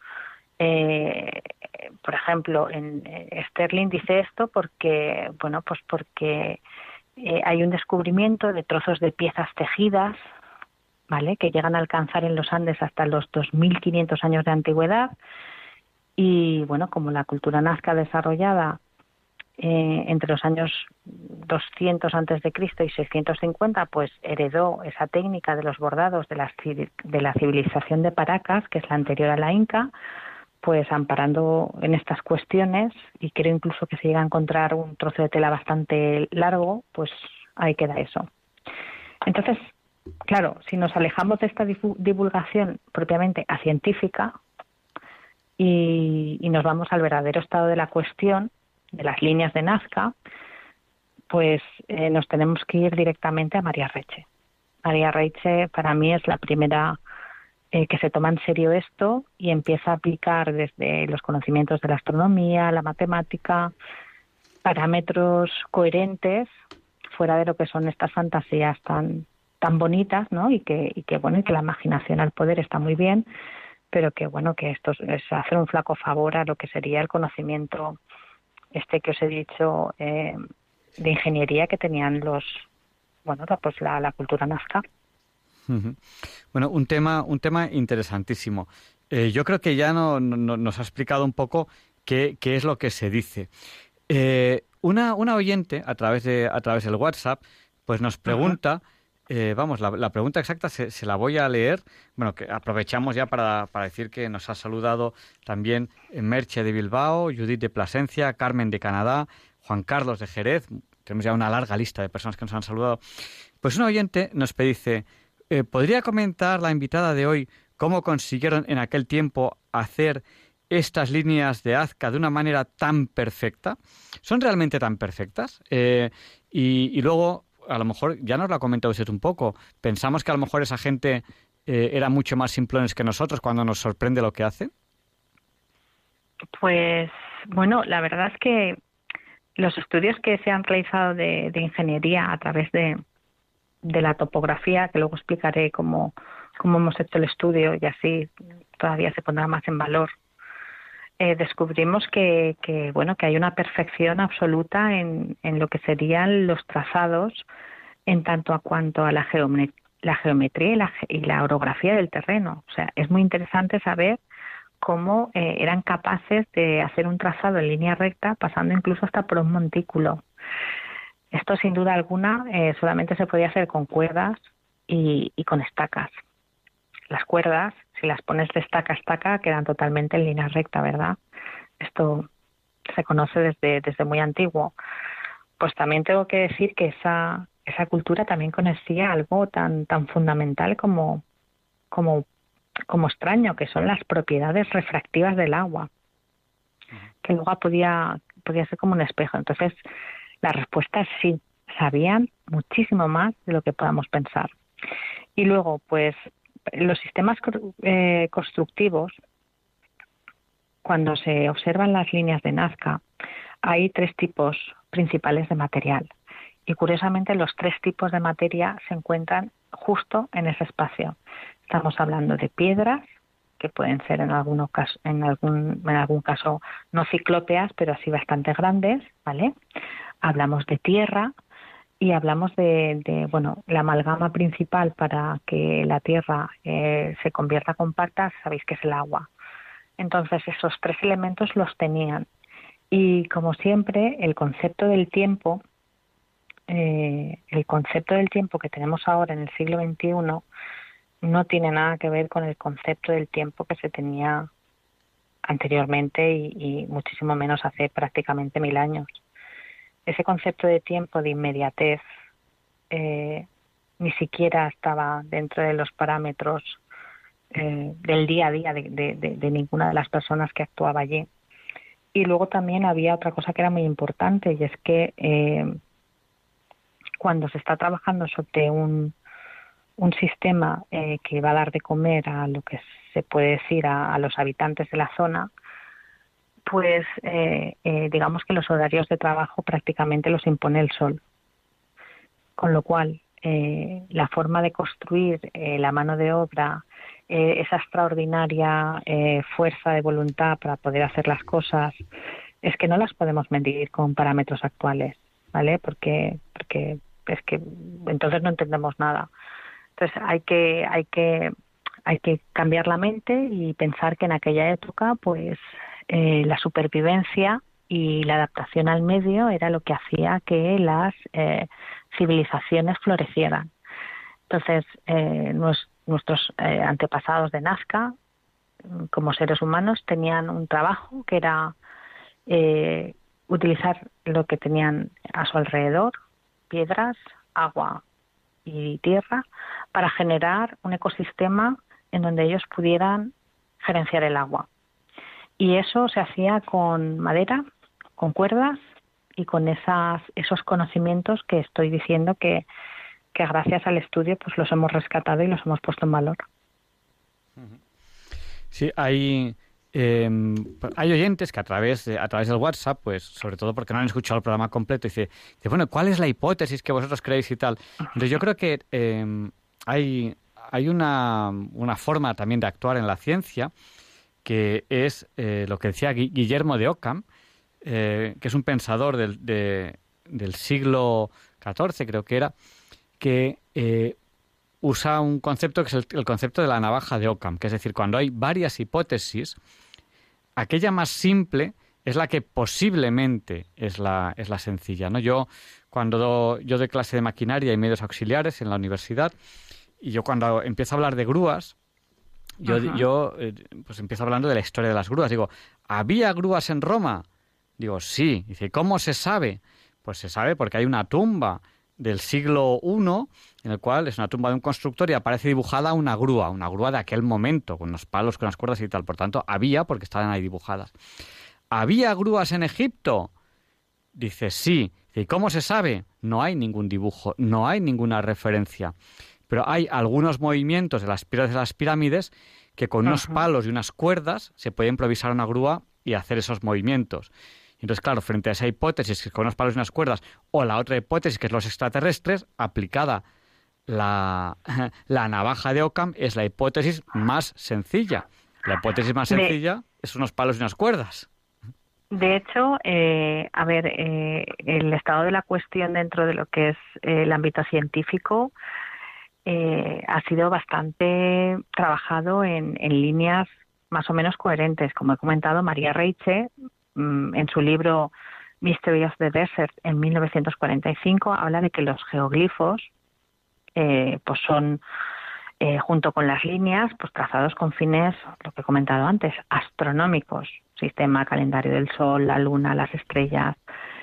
Por ejemplo, en Sterling dice esto porque, bueno, pues porque hay un descubrimiento de trozos de piezas tejidas, ¿vale?, que llegan a alcanzar en los Andes hasta los 2500 años de antigüedad, y bueno, como la cultura nazca desarrollada entre los años 200 antes de Cristo y 650, pues heredó esa técnica de los bordados de la civilización de Paracas, que es la anterior a la inca, pues amparando en estas cuestiones, y creo incluso que se llega a encontrar un trozo de tela bastante largo, pues ahí queda eso. Entonces, claro, si nos alejamos de esta divulgación propiamente a científica y nos vamos al verdadero estado de la cuestión, de las líneas de Nazca, pues nos tenemos que ir directamente a María Reche. María Reche para mí es la primera que se toma en serio esto y empieza a aplicar desde los conocimientos de la astronomía, la matemática, parámetros coherentes fuera de lo que son estas fantasías tan bonitas, ¿no? Y que bueno, y que la imaginación al poder está muy bien, pero que bueno, que esto es hacer un flaco favor a lo que sería el conocimiento que os he dicho de ingeniería que tenían la cultura nazca. Bueno, un tema interesantísimo. Yo creo que ya nos ha explicado un poco qué es lo que se dice. Una oyente a través del WhatsApp pues nos pregunta, la pregunta exacta se la voy a leer. Bueno, que aprovechamos ya para decir que nos ha saludado también Merche de Bilbao, Judith de Plasencia, Carmen de Canadá, Juan Carlos de Jerez. Tenemos ya una larga lista de personas que nos han saludado. Pues una oyente nos dice: ¿podría comentar la invitada de hoy cómo consiguieron en aquel tiempo hacer estas líneas de Nazca de una manera tan perfecta? ¿Son realmente tan perfectas? Y luego, a lo mejor, ya nos lo ha comentado usted un poco, pensamos que a lo mejor esa gente era mucho más simplones que nosotros cuando nos sorprende lo que hacen. Pues, bueno, la verdad es que los estudios que se han realizado de ingeniería a través de la topografía, que luego explicaré cómo hemos hecho el estudio y así todavía se pondrá más en valor, descubrimos que hay una perfección absoluta en lo que serían los trazados en tanto a cuanto a la geometría y la orografía del terreno. O sea, es muy interesante saber cómo eran capaces de hacer un trazado en línea recta, pasando incluso hasta por un montículo. Esto, sin duda alguna, solamente se podía hacer con cuerdas y con estacas. Las cuerdas, si las pones de estaca a estaca, quedan totalmente en línea recta, ¿verdad? Esto se conoce desde muy antiguo. Pues también tengo que decir que esa cultura también conocía algo tan fundamental como extraño, que son las propiedades refractivas del agua, que luego podía ser como un espejo. Entonces, la respuesta es sí, sabían muchísimo más de lo que podamos pensar. Y luego, pues, los sistemas constructivos, cuando se observan las líneas de Nazca, hay 3 tipos principales de material. Y curiosamente, los 3 tipos de materia se encuentran justo en ese espacio. Estamos hablando de piedras, que pueden ser en algún caso no ciclópeas, pero así bastante grandes, ¿vale? Hablamos de tierra y hablamos de la amalgama principal para que la tierra se convierta compacta, sabéis que es el agua. Entonces, esos 3 elementos los tenían. Y como siempre, el concepto del tiempo que tenemos ahora en el siglo XXI no tiene nada que ver con el concepto del tiempo que se tenía anteriormente y muchísimo menos hace prácticamente 1000 años. Ese concepto de tiempo, de inmediatez, ni siquiera estaba dentro de los parámetros del día a día de ninguna de las personas que actuaba allí. Y luego también había otra cosa que era muy importante, y es que cuando se está trabajando sobre un sistema que va a dar de comer a lo que se puede decir a los habitantes de la zona, pues digamos que los horarios de trabajo prácticamente los impone el sol. Con lo cual, la forma de construir la mano de obra, esa extraordinaria fuerza de voluntad para poder hacer las cosas, es que no las podemos medir con parámetros actuales, ¿vale? Porque es que entonces no entendemos nada. Entonces hay que cambiar la mente y pensar que en aquella época, pues la supervivencia y la adaptación al medio era lo que hacía que las civilizaciones florecieran. Entonces, nuestros antepasados de Nazca, como seres humanos, tenían un trabajo que era utilizar lo que tenían a su alrededor, piedras, agua y tierra, para generar un ecosistema en donde ellos pudieran gerenciar el agua. Y eso se hacía con madera, con cuerdas y con esos conocimientos que estoy diciendo que gracias al estudio pues los hemos rescatado y los hemos puesto en valor. Sí, hay oyentes que a través del WhatsApp, pues sobre todo porque no han escuchado el programa completo, dice, bueno, ¿cuál es la hipótesis que vosotros creéis y tal? Entonces yo creo que hay una forma también de actuar en la ciencia que es lo que decía Guillermo de Ockham, que es un pensador del siglo XIV, creo que era, que usa un concepto que es el concepto de la navaja de Ockham, que es decir, cuando hay varias hipótesis, aquella más simple es la que posiblemente es la sencilla, ¿no? Yo doy clase de maquinaria y medios auxiliares en la universidad, y yo cuando empiezo a hablar de grúas, yo pues empiezo hablando de la historia de las grúas. Digo, ¿había grúas en Roma? Digo, sí. Dice, ¿cómo se sabe? Pues se sabe porque hay una tumba del siglo I, en el cual es una tumba de un constructor y aparece dibujada una grúa de aquel momento, con unos palos, con unas cuerdas y tal. Por tanto, había porque estaban ahí dibujadas. ¿Había grúas en Egipto? Dice, sí. Dice, ¿y cómo se sabe? No hay ningún dibujo, no hay ninguna referencia. Pero hay algunos movimientos de las piedras de las pirámides que con unos palos y unas cuerdas se puede improvisar una grúa y hacer esos movimientos. Entonces, claro, frente a esa hipótesis que con unos palos y unas cuerdas, o la otra hipótesis que es los extraterrestres, aplicada la navaja de Ockham, es la hipótesis más sencilla. La hipótesis más sencilla es unos palos y unas cuerdas. De hecho, el estado de la cuestión dentro de lo que es el ámbito científico ha sido bastante trabajado en líneas más o menos coherentes. Como he comentado, María Reiche, en su libro Mystery of the Desert en 1945, habla de que los geoglifos pues son, junto con las líneas, pues trazados con fines, lo que he comentado antes, astronómicos, sistema, calendario del Sol, la Luna, las estrellas.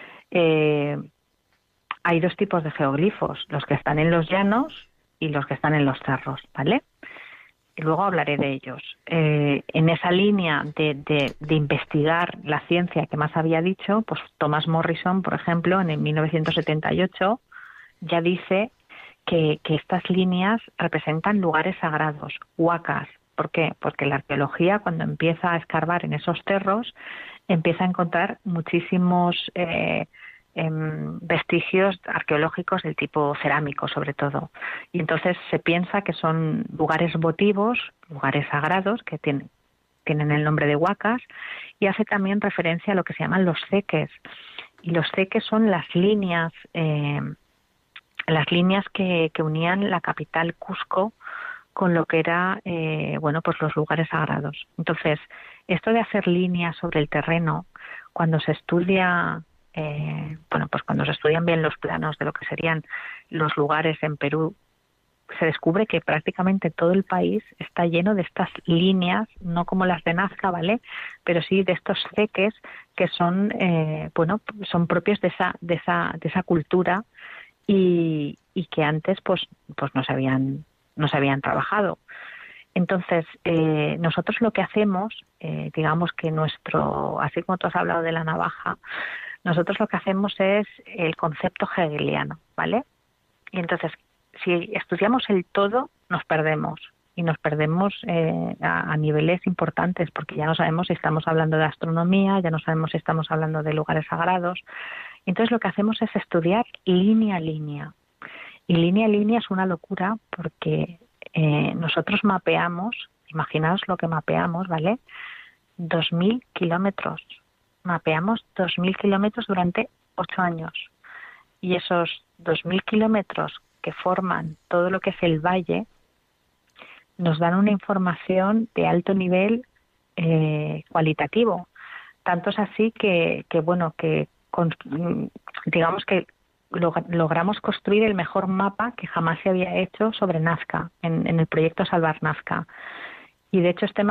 Hay dos tipos de geoglifos, los que están en los llanos y los que están en los cerros, ¿vale? Y luego hablaré de ellos. En esa línea de investigar la ciencia que más había dicho, pues Thomas Morrison, por ejemplo, en el 1978 ya dice que estas líneas representan lugares sagrados, huacas. ¿Por qué? Porque la arqueología, cuando empieza a escarbar en esos cerros, empieza a encontrar muchísimos vestigios arqueológicos del tipo cerámico, sobre todo. Y entonces se piensa que son lugares votivos, lugares sagrados, que tienen el nombre de huacas, y hace también referencia a lo que se llaman los ceques. Y los ceques son las líneas que unían la capital Cusco con lo que era pues los lugares sagrados. Entonces, esto de hacer líneas sobre el terreno, cuando se estudia pues cuando se estudian bien los planos de lo que serían los lugares en Perú se descubre que prácticamente todo el país está lleno de estas líneas, no como las de Nazca, ¿vale? Pero sí de estos ceques que son, son propios de esa cultura y que antes pues no se habían trabajado. Entonces, nosotros lo que hacemos, digamos que así como tú has hablado de la navaja, nosotros lo que hacemos es el concepto hegeliano, ¿vale? Y entonces, si estudiamos el todo, nos perdemos. Y nos perdemos a niveles importantes, porque ya no sabemos si estamos hablando de astronomía, ya no sabemos si estamos hablando de lugares sagrados. Entonces, lo que hacemos es estudiar línea a línea. Y línea a línea es una locura, porque nosotros mapeamos, imaginaos lo que mapeamos, ¿vale? 2.000 kilómetros. Mapeamos 2.000 kilómetros durante 8 años. Y esos 2.000 kilómetros que forman todo lo que es el valle nos dan una información de alto nivel cualitativo. Tanto es así que digamos que logramos construir el mejor mapa que jamás se había hecho sobre Nazca en el proyecto Salvar Nazca. Y de hecho este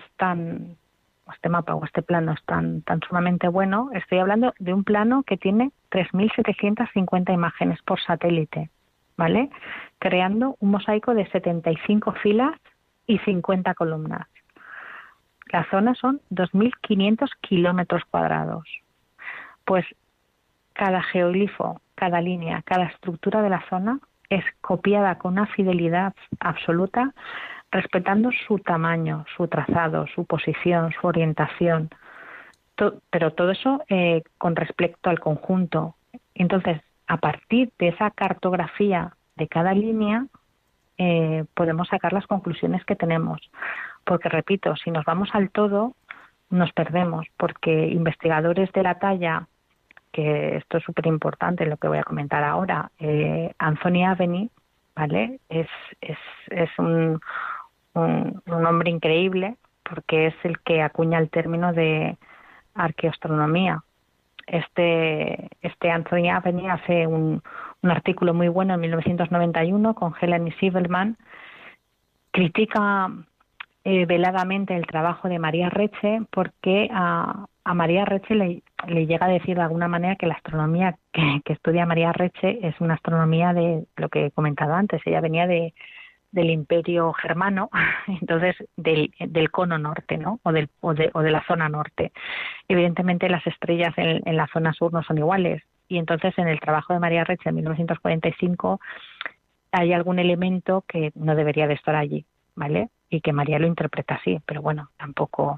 plano es tan sumamente bueno. Estoy hablando de un plano que tiene 3.750 imágenes por satélite, ¿vale? Creando un mosaico de 75 filas y 50 columnas. La zona son 2.500 kilómetros cuadrados. Pues cada geoglifo, cada línea, cada estructura de la zona es copiada con una fidelidad absoluta, respetando su tamaño, su trazado, su posición, su orientación, pero todo eso con respecto al conjunto. Entonces, a partir de esa cartografía de cada línea, podemos sacar las conclusiones que tenemos. Porque, repito, si nos vamos al todo, nos perdemos, porque investigadores de la talla, que esto es súper importante, lo que voy a comentar ahora, Anthony Aveni, ¿vale? Es un hombre increíble, porque es el que acuña el término de arqueoastronomía. Este Anthony Aveni hace un artículo muy bueno en 1991 con Helen Sievelman, critica veladamente el trabajo de María Reche, porque a María Reche le llega a decir de alguna manera que la astronomía que estudia María Reche es una astronomía de lo que he comentado antes. Ella venía del Imperio Germano, entonces del cono norte, ¿no? O de la zona norte. Evidentemente las estrellas en la zona sur no son iguales, y entonces en el trabajo de María Reche en 1945 hay algún elemento que no debería de estar allí, ¿vale? Y que María lo interpreta así, pero bueno, tampoco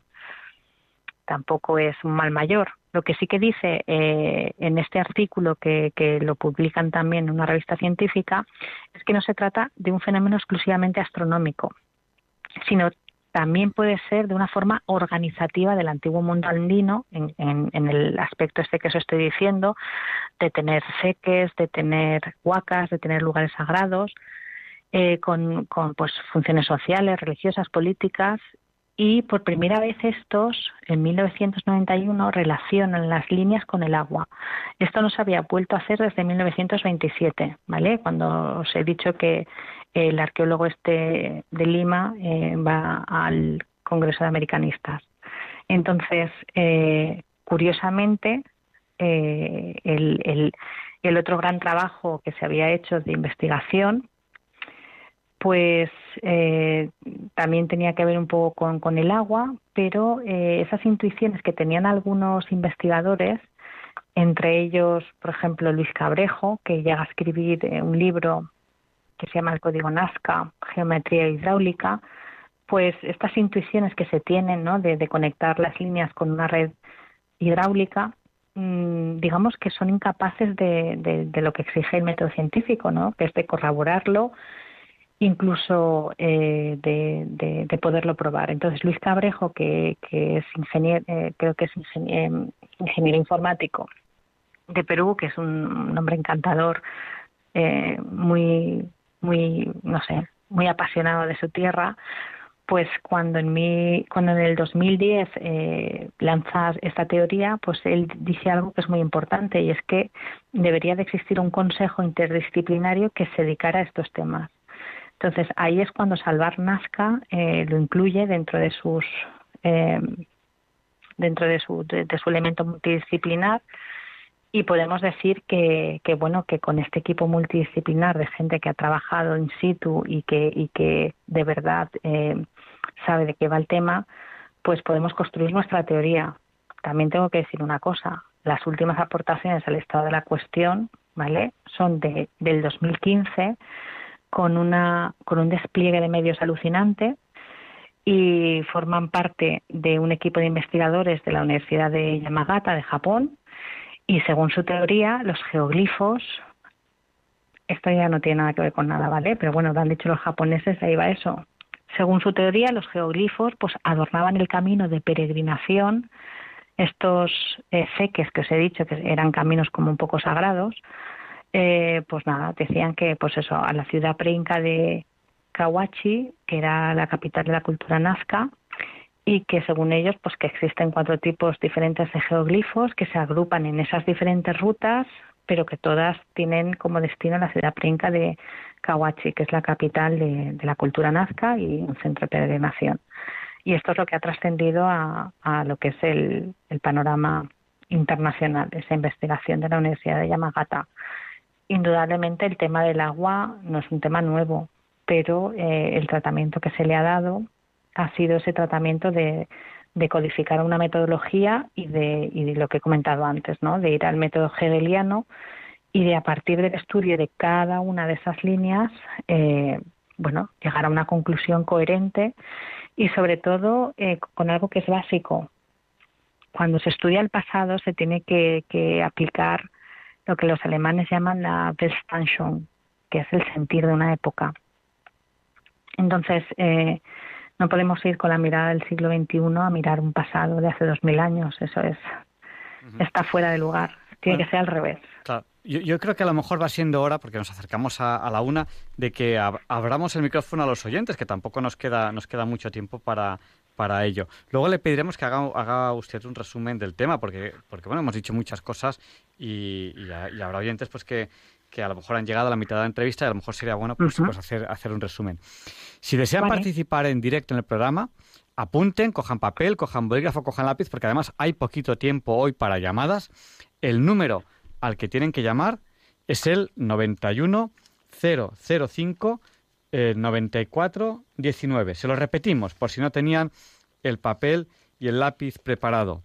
es un mal mayor. Lo que sí que dice en este artículo, que lo publican también en una revista científica, es que no se trata de un fenómeno exclusivamente astronómico, sino también puede ser de una forma organizativa del antiguo mundo andino, en el aspecto este que os estoy diciendo, de tener ceques, de tener huacas, de tener lugares sagrados, con pues funciones sociales, religiosas, políticas. Y por primera vez estos, en 1991, relacionan las líneas con el agua. Esto no se había vuelto a hacer desde 1927, ¿vale? Cuando os he dicho que el arqueólogo de Lima va al Congreso de Americanistas. Entonces, curiosamente, el otro gran trabajo que se había hecho de investigación, pues también tenía que ver un poco con el agua, pero esas intuiciones que tenían algunos investigadores, entre ellos, por ejemplo, Luis Cabrejo, que llega a escribir un libro que se llama El Código Nazca, Geometría Hidráulica, pues estas intuiciones que se tienen, ¿no?, de conectar las líneas con una red hidráulica, digamos que son incapaces de lo que exige el método científico, ¿no?, que es de corroborarlo, incluso de poderlo probar. Entonces Luis Cabrejo, que es ingeniero, creo que es ingeniero informático de Perú, que es un hombre encantador, muy apasionado de su tierra, pues cuando en el 2010 lanza esta teoría, pues él dice algo que es muy importante, y es que debería de existir un consejo interdisciplinario que se dedicara a estos temas. Entonces, ahí es cuando Salvar Nazca lo incluye dentro de sus dentro de su elemento multidisciplinar, y podemos decir que con este equipo multidisciplinar de gente que ha trabajado in situ y que de verdad sabe de qué va el tema, pues podemos construir nuestra teoría. También tengo que decir una cosa: las últimas aportaciones al estado de la cuestión, ¿vale?, son del 2015, con un despliegue de medios alucinante, y forman parte de un equipo de investigadores de la Universidad de Yamagata de Japón. Y según su teoría, los geoglifos, esto ya no tiene nada que ver con nada, ¿vale?, pero bueno, lo han dicho los japoneses, ahí va eso. Según su teoría, los geoglifos pues adornaban el camino de peregrinación. Estos ceques que os he dicho, que eran caminos como un poco sagrados, pues nada, decían que pues eso, a la ciudad preinca de Kawachi, que era la capital de la cultura nazca, y que según ellos pues que existen 4 tipos diferentes de geoglifos que se agrupan en esas diferentes rutas, pero que todas tienen como destino la ciudad preinca de Kawachi, que es la capital de la cultura nazca y un centro de peregrinación. Y esto es lo que ha trascendido a lo que es el panorama internacional, esa investigación de la Universidad de Yamagata. Indudablemente el tema del agua no es un tema nuevo, pero el tratamiento que se le ha dado ha sido ese tratamiento de codificar una metodología y de lo que he comentado antes, ¿no?, de ir al método hegeliano y de, a partir del estudio de cada una de esas líneas, llegar a una conclusión coherente y sobre todo con algo que es básico. Cuando se estudia el pasado se tiene que aplicar lo que los alemanes llaman la Weltanschauung, que es el sentir de una época. Entonces, no podemos ir con la mirada del siglo XXI a mirar un pasado de hace 2000 años. Eso está fuera de lugar. Tiene que ser al revés. Claro. Yo creo que a lo mejor va siendo hora, porque nos acercamos a la una, de que abramos el micrófono a los oyentes, que tampoco nos queda mucho tiempo para ello. Luego le pediremos que haga usted un resumen del tema, porque bueno, hemos dicho muchas cosas y habrá oyentes pues que a lo mejor han llegado a la mitad de la entrevista y a lo mejor sería bueno pues hacer un resumen. Si desean participar en directo en el programa, apunten, cojan papel, cojan bolígrafo, cojan lápiz, porque además hay poquito tiempo hoy para llamadas. El número al que tienen que llamar es el 91 005 94 19. Se lo repetimos por si no tenían el papel y el lápiz preparado.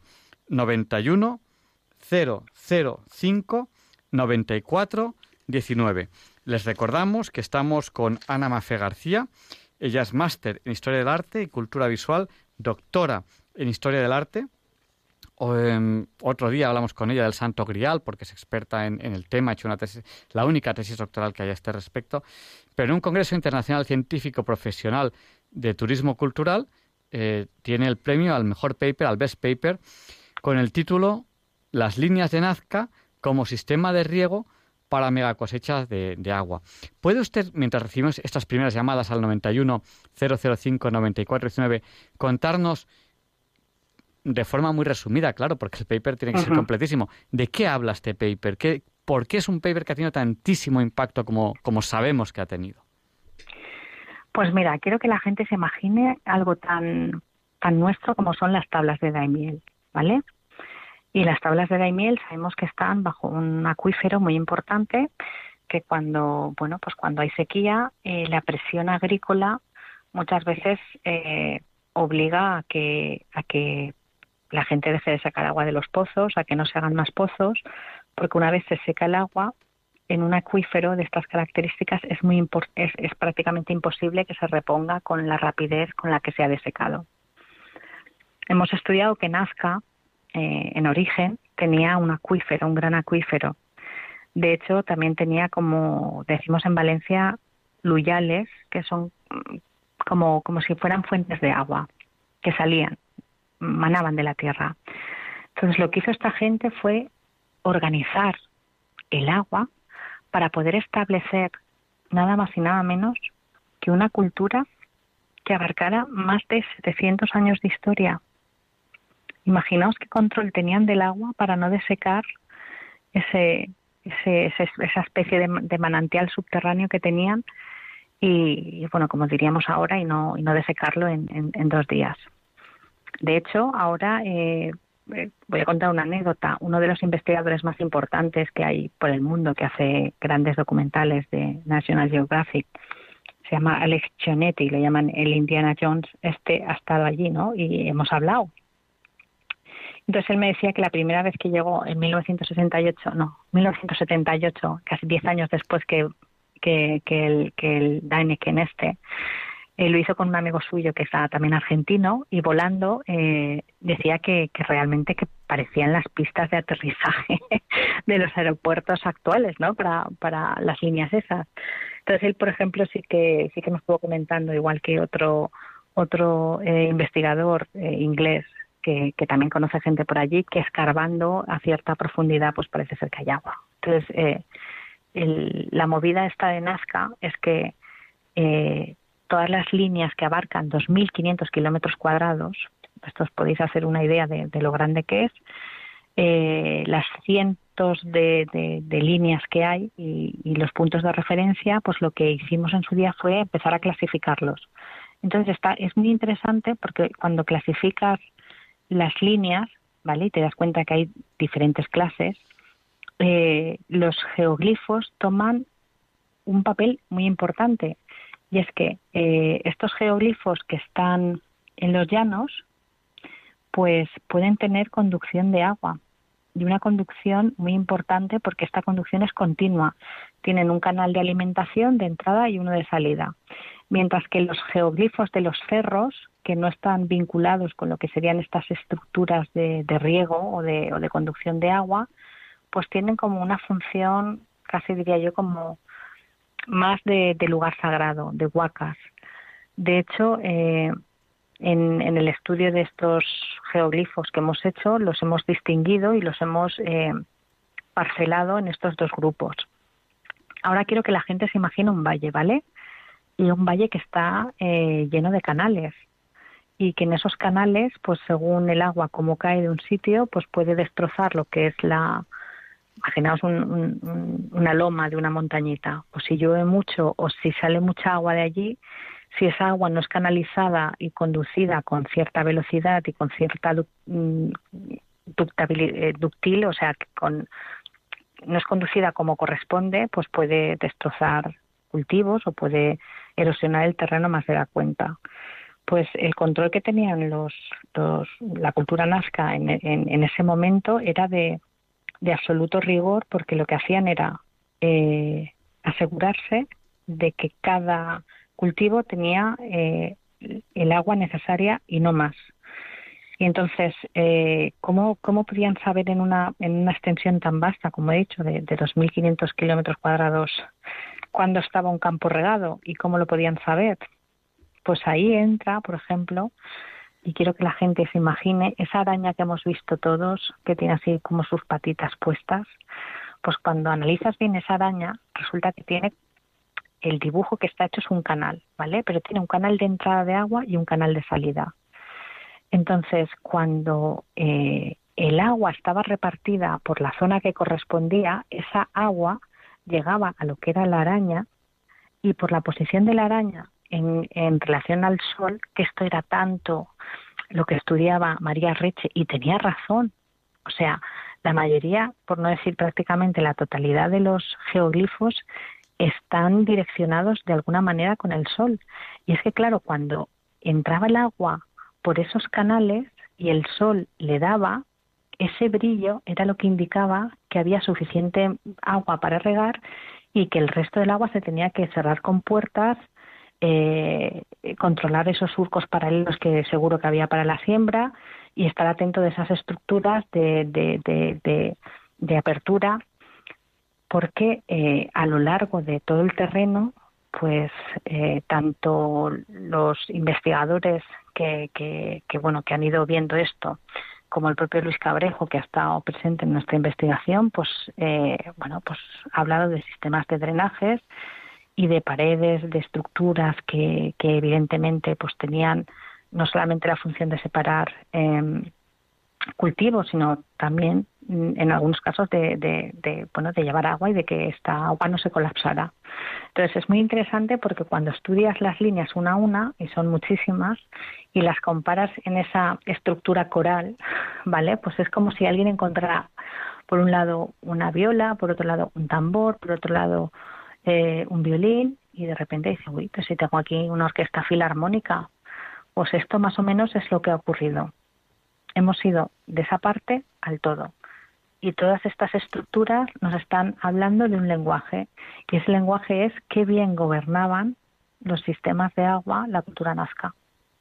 91 005 94 19. Les recordamos que estamos con Ana Mafé García. Ella es máster en Historia del Arte y Cultura Visual, doctora en Historia del Arte. Otro día hablamos con ella del Santo Grial, porque es experta en el tema, ha hecho una tesis, la única tesis doctoral que hay a este respecto. Pero en un Congreso Internacional Científico Profesional de Turismo Cultural tiene el premio al mejor paper, al best paper, con el título Las líneas de Nazca como sistema de riego para megacosechas de agua. ¿Puede usted, mientras recibimos estas primeras llamadas al 91 005 94 19, contarnos de forma muy resumida, claro, porque el paper tiene que ser completísimo, de qué habla este paper? ¿Por qué es un paper que ha tenido tantísimo impacto como sabemos que ha tenido? Pues mira, quiero que la gente se imagine algo tan nuestro como son las tablas de Daimiel, ¿vale? Y las tablas de Daimiel sabemos que están bajo un acuífero muy importante, que cuando hay sequía, la presión agrícola muchas veces obliga a que la gente deje de sacar agua de los pozos, a que no se hagan más pozos, porque una vez se seca el agua en un acuífero de estas características es prácticamente imposible que se reponga con la rapidez con la que se ha desecado. Hemos estudiado que Nazca, en origen, tenía un acuífero, un gran acuífero. De hecho, también tenía, como decimos en Valencia, luyales, que son como si fueran fuentes de agua, que manaban de la tierra. Entonces, lo que hizo esta gente fue organizar el agua para poder establecer nada más y nada menos que una cultura que abarcara más de 700 años de historia. Imaginaos qué control tenían del agua para no desecar esa especie de manantial subterráneo que tenían, y bueno, como diríamos ahora, y no desecarlo en 2 días. De hecho, ahora voy a contar una anécdota. Uno de los investigadores más importantes que hay por el mundo, que hace grandes documentales de National Geographic, se llama Alex Cionetti, le llaman el Indiana Jones, ha estado allí, ¿no? Y hemos hablado. Entonces él me decía que la primera vez que llegó en 1978, casi 10 años después que el Däniken lo hizo con un amigo suyo que está también argentino, y volando decía que realmente que parecían las pistas de aterrizaje de los aeropuertos actuales, ¿no? Para las líneas esas. Entonces él, por ejemplo, sí que me estuvo comentando, igual que otro investigador inglés que también conoce gente por allí, que escarbando a cierta profundidad pues parece ser que hay agua. Entonces la movida esta de Nazca es que todas las líneas que abarcan 2.500 kilómetros cuadrados, esto os podéis hacer una idea de lo grande que es, las cientos de líneas que hay y los puntos de referencia, pues lo que hicimos en su día fue empezar a clasificarlos. Entonces es muy interesante porque cuando clasificas las líneas, ¿vale? Y te das cuenta que hay diferentes clases, los geoglifos toman un papel muy importante. Y es que estos geoglifos que están en los llanos, pues pueden tener conducción de agua, y una conducción muy importante porque esta conducción es continua. Tienen un canal de alimentación de entrada y uno de salida. Mientras que los geoglifos de los cerros, que no están vinculados con lo que serían estas estructuras de riego o de conducción de agua, pues tienen como una función, casi diría yo, como más de lugar sagrado, de huacas. De hecho, en el estudio de estos geoglifos que hemos hecho, los hemos distinguido y los hemos parcelado en estos 2 grupos. Ahora quiero que la gente se imagine un valle, ¿vale? Y un valle que está lleno de canales, y que en esos canales, pues según el agua como cae de un sitio, pues puede destrozar lo que es imaginaos una loma de una montañita, o si llueve mucho o si sale mucha agua de allí, si esa agua no es canalizada y conducida con cierta velocidad y con cierta ductil, o sea, no es conducida como corresponde, pues puede destrozar cultivos o puede erosionar el terreno más de la cuenta. Pues el control que tenían la cultura nazca en ese momento era de absoluto rigor, porque lo que hacían era asegurarse de que cada cultivo tenía el agua necesaria y no más. Y entonces, ¿cómo podían saber en una extensión tan vasta, como he dicho, de 2.500 kilómetros cuadrados, cuándo estaba un campo regado y cómo lo podían saber? Pues ahí entra, por ejemplo, y quiero que la gente se imagine esa araña que hemos visto todos, que tiene así como sus patitas puestas. Pues cuando analizas bien esa araña, resulta que tiene el dibujo que está hecho es un canal, ¿vale? Pero tiene un canal de entrada de agua y un canal de salida. Entonces, cuando el agua estaba repartida por la zona que correspondía, esa agua llegaba a lo que era la araña, y por la posición de la araña en relación al sol, que esto era tanto lo que estudiaba María Reche, y tenía razón. O sea, la mayoría, por no decir prácticamente la totalidad de los geoglifos, están direccionados de alguna manera con el sol. Y es que, claro, cuando entraba el agua por esos canales y el sol le daba, ese brillo era lo que indicaba que había suficiente agua para regar y que el resto del agua se tenía que cerrar con puertas, controlar esos surcos paralelos que seguro que había para la siembra y estar atento de esas estructuras de apertura, porque a lo largo de todo el terreno, pues tanto los investigadores que han ido viendo esto, como el propio Luis Cabrejo, que ha estado presente en nuestra investigación, pues ha hablado de sistemas de drenajes y de paredes, de estructuras que evidentemente pues tenían no solamente la función de separar cultivos, sino también en algunos casos de llevar agua y de que esta agua no se colapsara. Entonces es muy interesante porque cuando estudias las líneas una a una, y son muchísimas, y las comparas en esa estructura coral, ¿vale? Pues es como si alguien encontrara por un lado una viola, por otro lado un tambor, por otro lado un violín, y de repente dice, uy, pues si tengo aquí una orquesta filarmónica, pues esto más o menos es lo que ha ocurrido. Hemos ido de esa parte al todo. Y todas estas estructuras nos están hablando de un lenguaje. Y ese lenguaje es qué bien gobernaban los sistemas de agua la cultura nazca.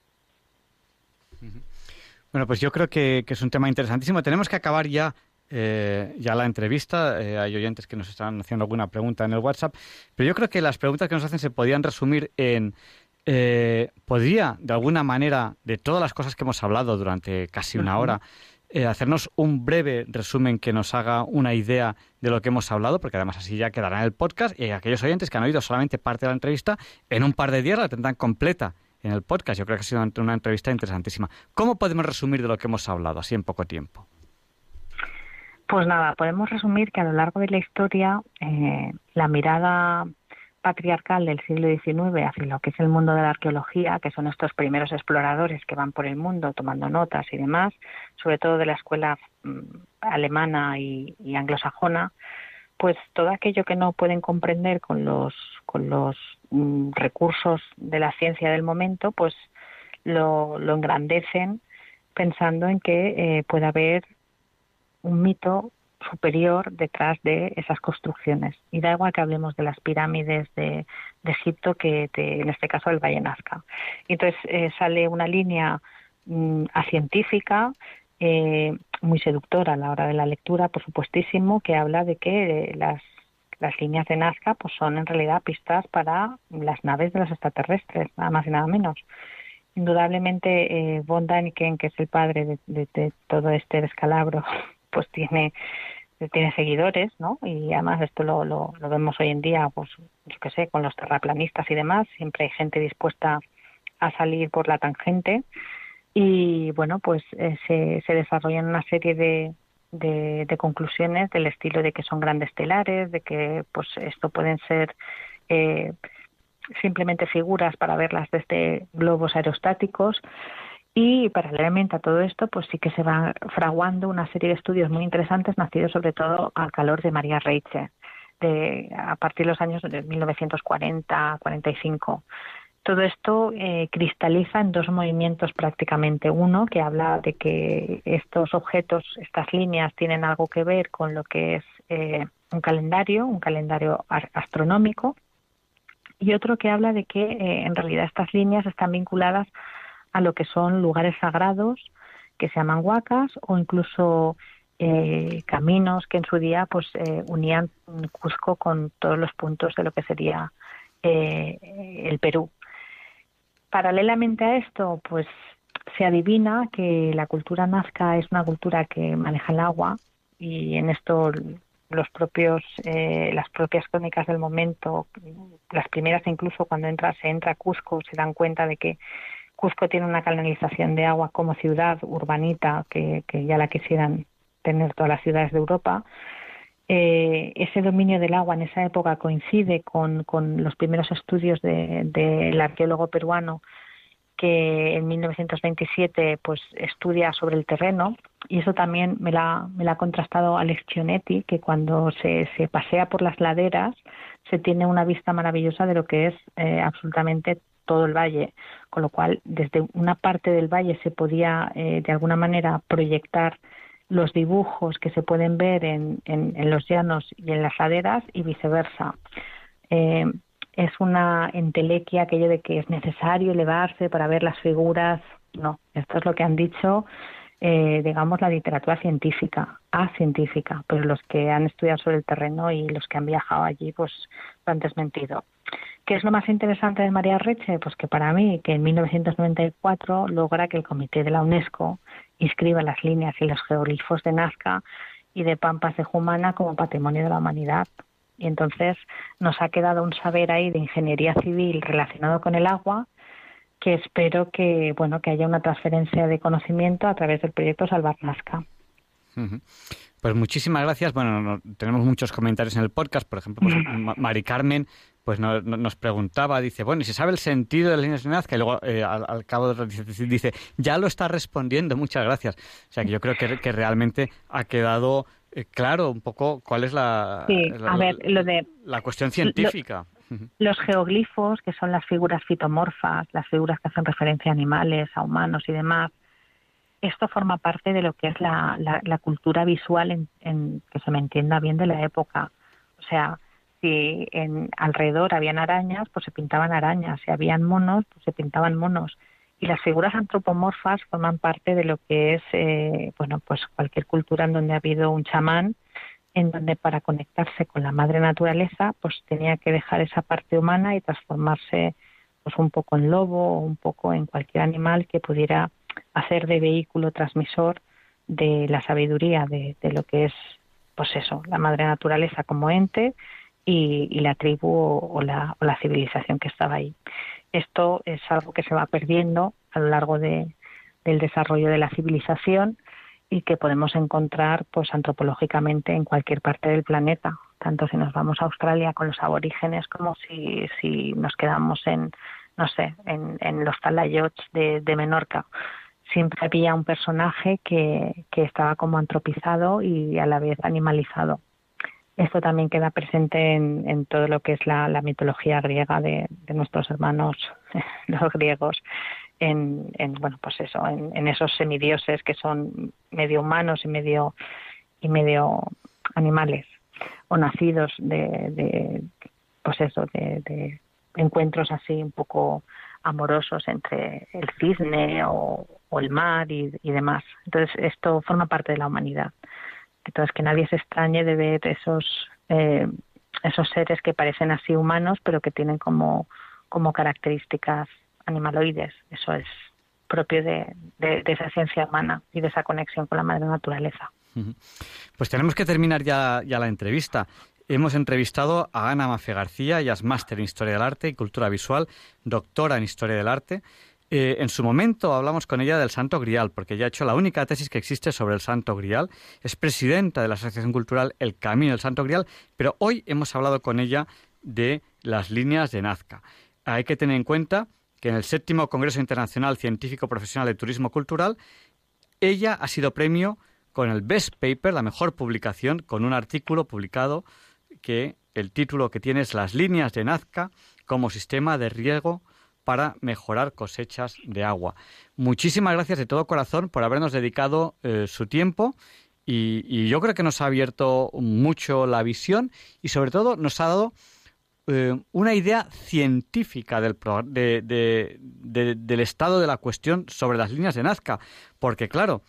Bueno, pues yo creo que es un tema interesantísimo. Tenemos que acabar ya la entrevista. Hay oyentes que nos están haciendo alguna pregunta en el WhatsApp. Pero yo creo que las preguntas que nos hacen se podían resumir en... ¿podría, de alguna manera, de todas las cosas que hemos hablado durante casi una hora, hacernos un breve resumen que nos haga una idea de lo que hemos hablado? Porque además así ya quedará en el podcast, y aquellos oyentes que han oído solamente parte de la entrevista, en un par de días la tendrán completa en el podcast. Yo creo que ha sido una entrevista interesantísima. ¿Cómo podemos resumir de lo que hemos hablado, así en poco tiempo? Pues nada, podemos resumir que a lo largo de la historia la mirada patriarcal del siglo XIX hacia lo que es el mundo de la arqueología, que son estos primeros exploradores que van por el mundo tomando notas y demás, sobre todo de la escuela alemana y anglosajona, pues todo aquello que no pueden comprender con los recursos de la ciencia del momento, pues lo engrandecen pensando en que puede haber un mito superior detrás de esas construcciones. Y da igual que hablemos de las pirámides de Egipto que en este caso del Valle Nazca. Y entonces sale una línea científica muy seductora a la hora de la lectura, por supuestísimo, que habla de que las líneas de Nazca pues son en realidad pistas para las naves de los extraterrestres, nada más y nada menos. Indudablemente von Däniken, que es el padre de todo este descalabro, pues tiene seguidores, ¿no? Y además esto lo vemos hoy en día, pues yo qué sé, con los terraplanistas y demás, siempre hay gente dispuesta a salir por la tangente, y bueno, pues se desarrollan una serie de conclusiones del estilo de que son grandes telares, de que pues esto pueden ser simplemente figuras para verlas desde globos aerostáticos. Y paralelamente a todo esto, pues sí que se va fraguando una serie de estudios muy interesantes, nacidos sobre todo al calor de María Reiche, a partir de los años de 1940-45. Todo esto cristaliza en dos movimientos prácticamente. Uno que habla de que estos objetos, estas líneas, tienen algo que ver con lo que es un calendario astronómico, y otro que habla de que en realidad estas líneas están vinculadas a lo que son lugares sagrados que se llaman huacas, o incluso caminos que en su día pues unían Cusco con todos los puntos de lo que sería el Perú. Paralelamente a esto, pues se adivina que la cultura nazca es una cultura que maneja el agua, y en esto las propias crónicas del momento, las primeras incluso cuando se entra a Cusco, se dan cuenta de que Cusco tiene una canalización de agua como ciudad urbanita que ya la quisieran tener todas las ciudades de Europa. Ese dominio del agua en esa época coincide con los primeros estudios del arqueólogo peruano, que en 1927 pues estudia sobre el terreno, y eso también me la ha contrastado Alex Chionetti, que cuando se pasea por las laderas se tiene una vista maravillosa de lo que es absolutamente todo el valle, con lo cual desde una parte del valle se podía de alguna manera proyectar los dibujos que se pueden ver en los llanos y en las laderas, y viceversa. Es una entelequia aquello de que es necesario elevarse para ver las figuras. No, esto es lo que han dicho, digamos, la literatura científica, pero los que han estudiado sobre el terreno y los que han viajado allí, pues lo han desmentido. ¿Qué es lo más interesante de María Reiche? Pues que para mí, que en 1994 logra que el Comité de la UNESCO inscriba las líneas y los geoglifos de Nazca y de Pampas de Jumana como Patrimonio de la Humanidad. Y entonces nos ha quedado un saber ahí de ingeniería civil relacionado con el agua, que espero que haya una transferencia de conocimiento a través del proyecto Salvar Nazca. Uh-huh. Pues muchísimas gracias. Bueno, tenemos muchos comentarios en el podcast. Por ejemplo, pues, Mari Carmen pues nos preguntaba, dice, bueno, ¿y se sabe el sentido de las líneas de Nazca? Y luego, al cabo de dice, ya lo está respondiendo, muchas gracias. O sea, que yo creo que realmente ha quedado claro un poco cuál es la cuestión científica. Los geoglifos, que son las figuras fitomorfas, las figuras que hacen referencia a animales, a humanos y demás, esto forma parte de lo que es la cultura visual en que se me entienda bien de la época. O sea, si alrededor habían arañas, pues se pintaban arañas. Si habían monos, pues se pintaban monos. Y las figuras antropomorfas forman parte de lo que es, pues cualquier cultura en donde ha habido un chamán, en donde para conectarse con la madre naturaleza, pues tenía que dejar esa parte humana y transformarse pues un poco en lobo o un poco en cualquier animal que pudiera hacer de vehículo transmisor de la sabiduría de lo que es, pues eso, la madre naturaleza como ente y la tribu o la civilización que estaba ahí. Esto es algo que se va perdiendo a lo largo del desarrollo de la civilización y que podemos encontrar pues antropológicamente en cualquier parte del planeta, tanto si nos vamos a Australia con los aborígenes como si nos quedamos en los talayots de Menorca. Siempre había un personaje que estaba como antropizado y a la vez animalizado. Esto también queda presente en todo lo que es la mitología griega de nuestros hermanos los griegos, en esos semidioses que son medio humanos y medio animales, o nacidos de encuentros así un poco amorosos entre el cisne o el mar y demás. Entonces esto forma parte de la humanidad. Entonces que nadie se extrañe de ver esos seres que parecen así humanos pero que tienen como características animaloides. Eso es propio de esa ciencia humana y de esa conexión con la madre naturaleza. Pues tenemos que terminar ya la entrevista. Hemos entrevistado a Ana Mafe García, ella es máster en Historia del Arte y Cultura Visual, doctora en Historia del Arte. En su momento hablamos con ella del Santo Grial, porque ella ha hecho la única tesis que existe sobre el Santo Grial. Es presidenta de la Asociación Cultural El Camino del Santo Grial, pero hoy hemos hablado con ella de las líneas de Nazca. Hay que tener en cuenta que en el 7º Congreso Internacional Científico Profesional de Turismo Cultural, ella ha sido premio con el Best Paper, la mejor publicación, con un artículo publicado que el título que tiene es Las líneas de Nazca como sistema de riego para mejorar cosechas de agua. Muchísimas gracias de todo corazón por habernos dedicado su tiempo y yo creo que nos ha abierto mucho la visión y sobre todo nos ha dado una idea científica del estado de la cuestión sobre las líneas de Nazca, porque claro,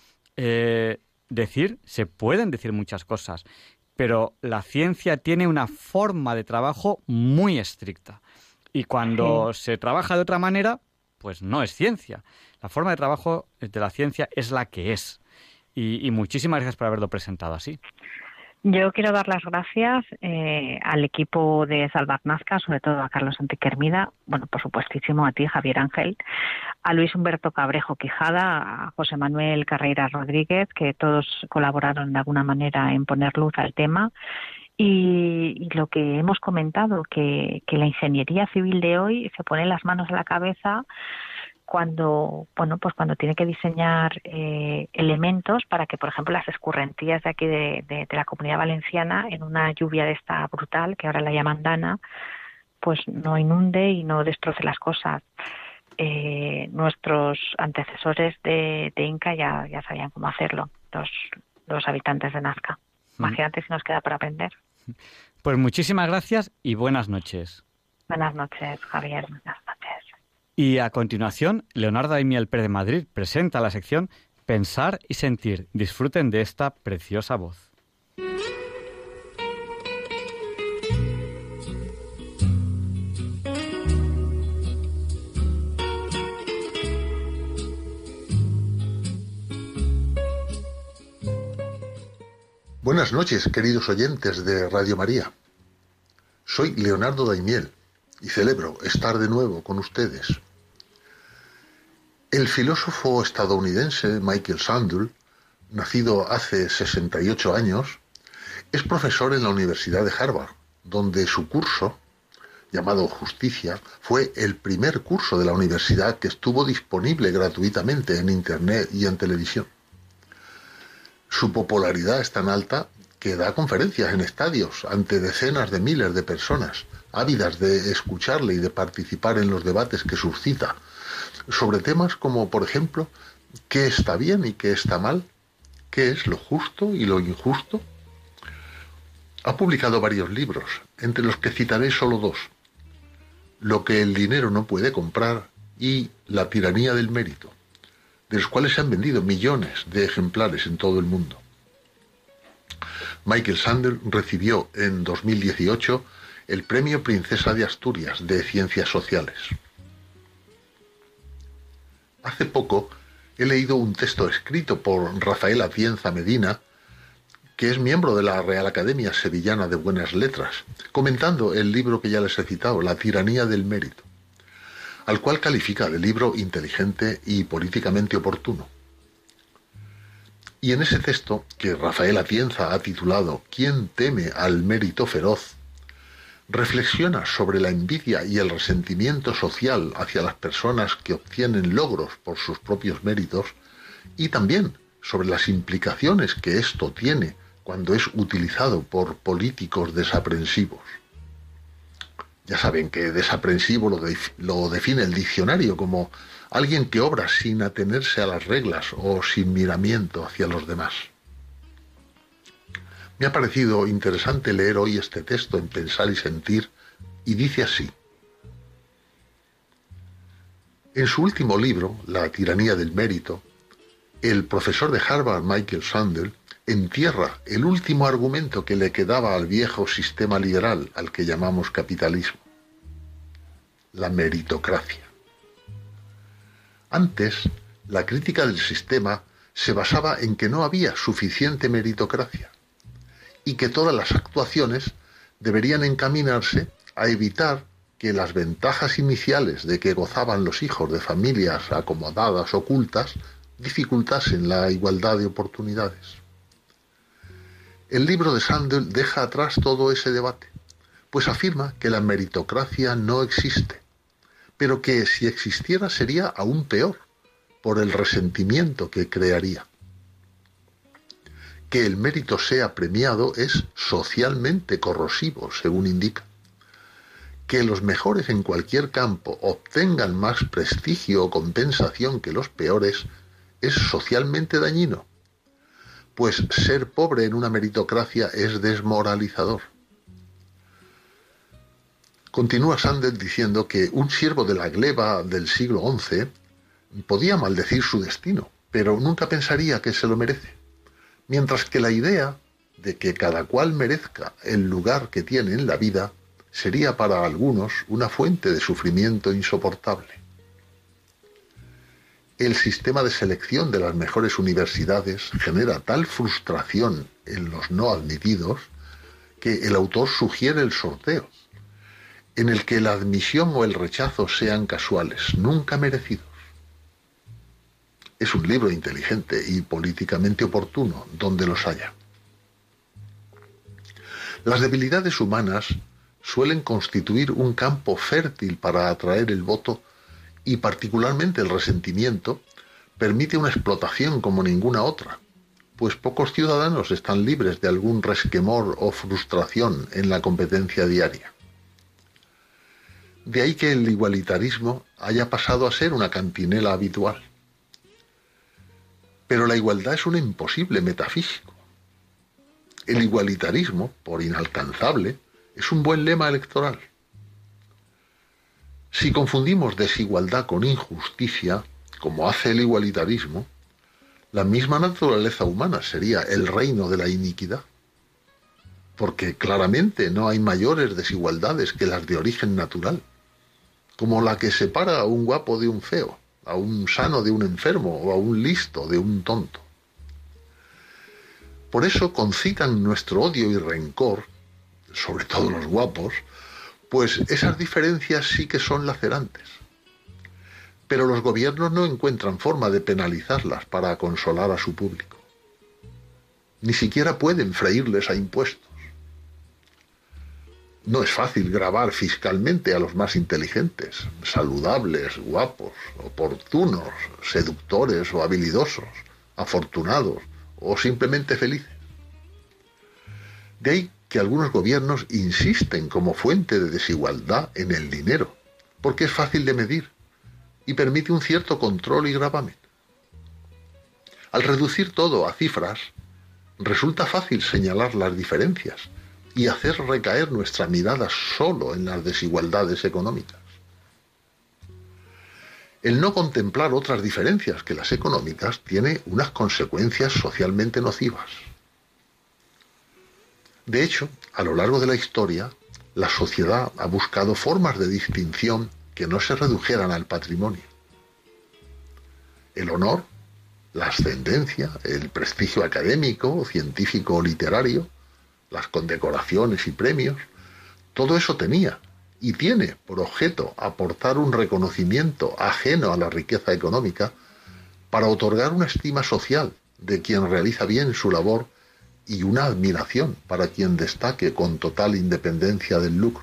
se pueden decir muchas cosas, pero la ciencia tiene una forma de trabajo muy estricta. Y cuando se trabaja de otra manera, pues no es ciencia. La forma de trabajo de la ciencia es la que es. Y muchísimas gracias por haberlo presentado así. Yo quiero dar las gracias al equipo de Salvar Nazca, sobre todo a Carlos Enrique Hermida, bueno, por supuestísimo a ti, Javier Ángel, a Luis Humberto Cabrejo Quijada, a José Manuel Carreira Rodríguez, que todos colaboraron de alguna manera en poner luz al tema. Y lo que hemos comentado, que la ingeniería civil de hoy se pone las manos a la cabeza cuando tiene que diseñar elementos para que, por ejemplo, las escurrentías de aquí de la Comunidad Valenciana, en una lluvia de esta brutal, que ahora la llaman Dana, pues no inunde y no destroce las cosas. Nuestros antecesores de Inca ya sabían cómo hacerlo, los habitantes de Nazca. Imagínate si nos queda para aprender. Pues muchísimas gracias y buenas noches. Buenas noches, Javier. Buenas noches. Y a continuación, Leonardo Daimiel Pérez de Madrid presenta la sección Pensar y Sentir. Disfruten de esta preciosa voz. Buenas noches, queridos oyentes de Radio María. Soy Leonardo Daimiel y celebro estar de nuevo con ustedes. El filósofo estadounidense Michael Sandel nacido hace 68 años, es profesor en la Universidad de Harvard, donde su curso, llamado Justicia, fue el primer curso de la universidad que estuvo disponible gratuitamente en Internet y en televisión. Su popularidad es tan alta que da conferencias en estadios ante decenas de miles de personas, ávidas de escucharle y de participar en los debates que suscita, sobre temas como, por ejemplo, ¿qué está bien y qué está mal? ¿Qué es lo justo y lo injusto? Ha publicado varios libros, entre los que citaré solo dos: Lo que el dinero no puede comprar y La tiranía del mérito, de los cuales se han vendido millones de ejemplares en todo el mundo. Michael Sandel recibió en 2018 el Premio Princesa de Asturias de Ciencias Sociales. Hace poco he leído un texto escrito por Rafael Atienza Medina, que es miembro de la Real Academia Sevillana de Buenas Letras, comentando el libro que ya les he citado, La tiranía del mérito, al cual califica de libro inteligente y políticamente oportuno. Y en ese texto, que Rafael Atienza ha titulado ¿Quién teme al mérito feroz?, reflexiona sobre la envidia y el resentimiento social hacia las personas que obtienen logros por sus propios méritos, y también sobre las implicaciones que esto tiene cuando es utilizado por políticos desaprensivos. Ya saben que desaprensivo lo define el diccionario como alguien que obra sin atenerse a las reglas o sin miramiento hacia los demás. Me ha parecido interesante leer hoy este texto en Pensar y Sentir, y dice así: en su último libro, La tiranía del mérito, el profesor de Harvard Michael Sandel entierra el último argumento que le quedaba al viejo sistema liberal al que llamamos capitalismo: la meritocracia. Antes, la crítica del sistema se basaba en que no había suficiente meritocracia y que todas las actuaciones deberían encaminarse a evitar que las ventajas iniciales de que gozaban los hijos de familias acomodadas o cultas dificultasen la igualdad de oportunidades. El libro de Sandel deja atrás todo ese debate, pues afirma que la meritocracia no existe, pero que si existiera sería aún peor, por el resentimiento que crearía. Que el mérito sea premiado es socialmente corrosivo, según indica. Que los mejores en cualquier campo obtengan más prestigio o compensación que los peores es socialmente dañino, pues ser pobre en una meritocracia es desmoralizador. Continúa Sandel diciendo que un siervo de la gleba del siglo XI podía maldecir su destino, pero nunca pensaría que se lo merece, mientras que la idea de que cada cual merezca el lugar que tiene en la vida sería para algunos una fuente de sufrimiento insoportable. El sistema de selección de las mejores universidades genera tal frustración en los no admitidos que el autor sugiere el sorteo, en el que la admisión o el rechazo sean casuales, nunca merecidos. Es un libro inteligente y políticamente oportuno, donde los haya. Las debilidades humanas suelen constituir un campo fértil para atraer el voto, y particularmente el resentimiento permite una explotación como ninguna otra, pues pocos ciudadanos están libres de algún resquemor o frustración en la competencia diaria. De ahí que el igualitarismo haya pasado a ser una cantinela habitual. Pero la igualdad es un imposible metafísico. El igualitarismo, por inalcanzable, es un buen lema electoral. Si confundimos desigualdad con injusticia, como hace el igualitarismo, la misma naturaleza humana sería el reino de la iniquidad. Porque claramente no hay mayores desigualdades que las de origen natural, como la que separa a un guapo de un feo, a un sano de un enfermo o a un listo de un tonto. Por eso concitan nuestro odio y rencor, sobre todo los guapos, pues esas diferencias sí que son lacerantes. Pero los gobiernos no encuentran forma de penalizarlas para consolar a su público. Ni siquiera pueden freírles a impuestos. No es fácil gravar fiscalmente a los más inteligentes, saludables, guapos, oportunos, seductores o habilidosos, afortunados o simplemente felices. De ahí que algunos gobiernos insisten como fuente de desigualdad en el dinero, porque es fácil de medir y permite un cierto control y gravamen. Al reducir todo a cifras, resulta fácil señalar las diferencias y hacer recaer nuestra mirada solo en las desigualdades económicas. El no contemplar otras diferencias que las económicas tiene unas consecuencias socialmente nocivas. De hecho, a lo largo de la historia, la sociedad ha buscado formas de distinción que no se redujeran al patrimonio. El honor, la ascendencia, el prestigio académico, científico o literario, las condecoraciones y premios, todo eso tenía y tiene por objeto aportar un reconocimiento ajeno a la riqueza económica para otorgar una estima social de quien realiza bien su labor y una admiración para quien destaque con total independencia del lucro.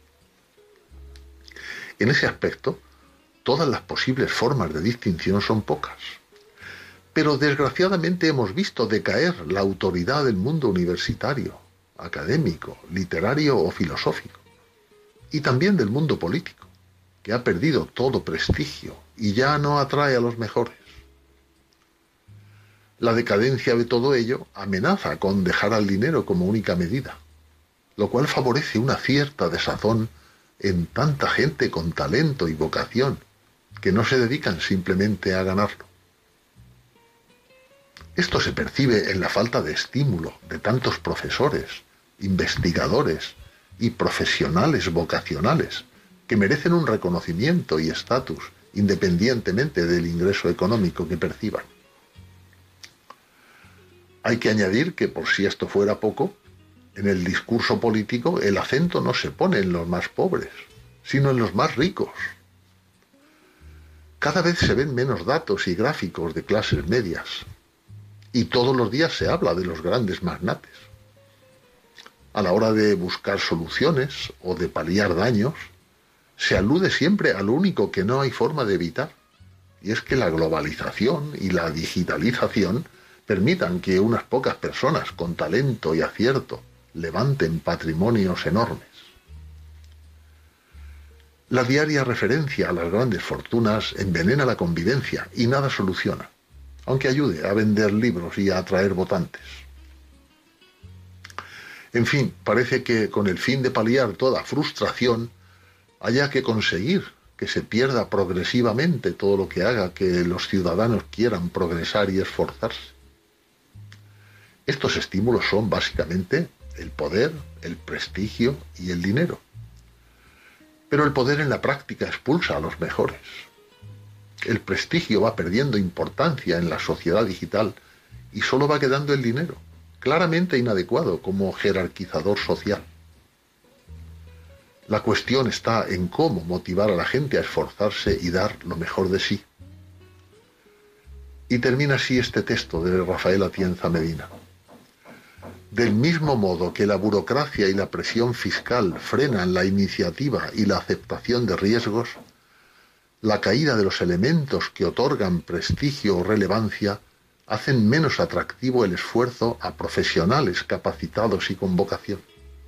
En ese aspecto, todas las posibles formas de distinción son pocas. Pero desgraciadamente hemos visto decaer la autoridad del mundo universitario, académico, literario o filosófico, y también del mundo político, que ha perdido todo prestigio y ya no atrae a los mejores. La decadencia de todo ello amenaza con dejar al dinero como única medida, lo cual favorece una cierta desazón en tanta gente con talento y vocación que no se dedican simplemente a ganarlo. Esto se percibe en la falta de estímulo de tantos profesores, investigadores y profesionales vocacionales que merecen un reconocimiento y estatus independientemente del ingreso económico que perciban. Hay que añadir que, por si esto fuera poco, en el discurso político el acento no se pone en los más pobres, sino en los más ricos. Cada vez se ven menos datos y gráficos de clases medias, y todos los días se habla de los grandes magnates. A la hora de buscar soluciones o de paliar daños, se alude siempre a lo único que no hay forma de evitar, y es que la globalización y la digitalización permitan que unas pocas personas con talento y acierto levanten patrimonios enormes. La diaria referencia a las grandes fortunas envenena la convivencia y nada soluciona, aunque ayude a vender libros y a atraer votantes. En fin, parece que con el fin de paliar toda frustración haya que conseguir que se pierda progresivamente todo lo que haga que los ciudadanos quieran progresar y esforzarse. Estos estímulos son básicamente el poder, el prestigio y el dinero. Pero el poder en la práctica expulsa a los mejores. El prestigio va perdiendo importancia en la sociedad digital y solo va quedando el dinero, claramente inadecuado como jerarquizador social. La cuestión está en cómo motivar a la gente a esforzarse y dar lo mejor de sí. Y termina así este texto de Rafael Atienza Medina. Del mismo modo que la burocracia y la presión fiscal frenan la iniciativa y la aceptación de riesgos, la caída de los elementos que otorgan prestigio o relevancia hacen menos atractivo el esfuerzo a profesionales capacitados y con vocación.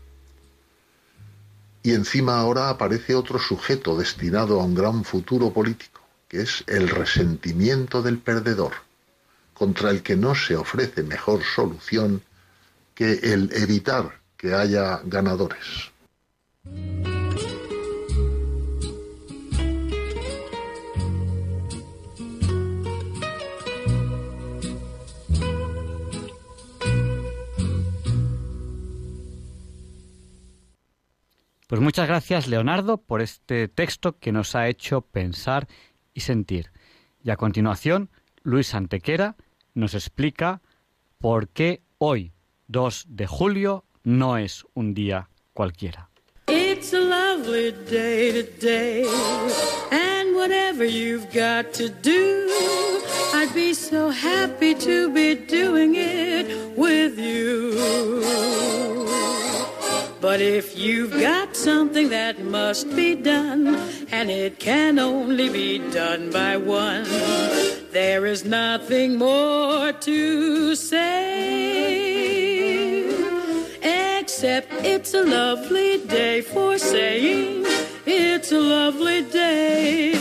Y encima ahora aparece otro sujeto destinado a un gran futuro político, que es el resentimiento del perdedor, contra el que no se ofrece mejor solución que el evitar que haya ganadores. Pues muchas gracias, Leonardo, por este texto que nos ha hecho pensar y sentir. Y a continuación, Luis Antequera nos explica por qué hoy, 2 de julio, no es un día cualquiera. It's a lovely day today, and whatever you've got to do, I'd be so happy to be doing it with you. But if you've got something that must be done, and it can only be done by one, there is nothing more to say, except it's a lovely day for saying it's a lovely day.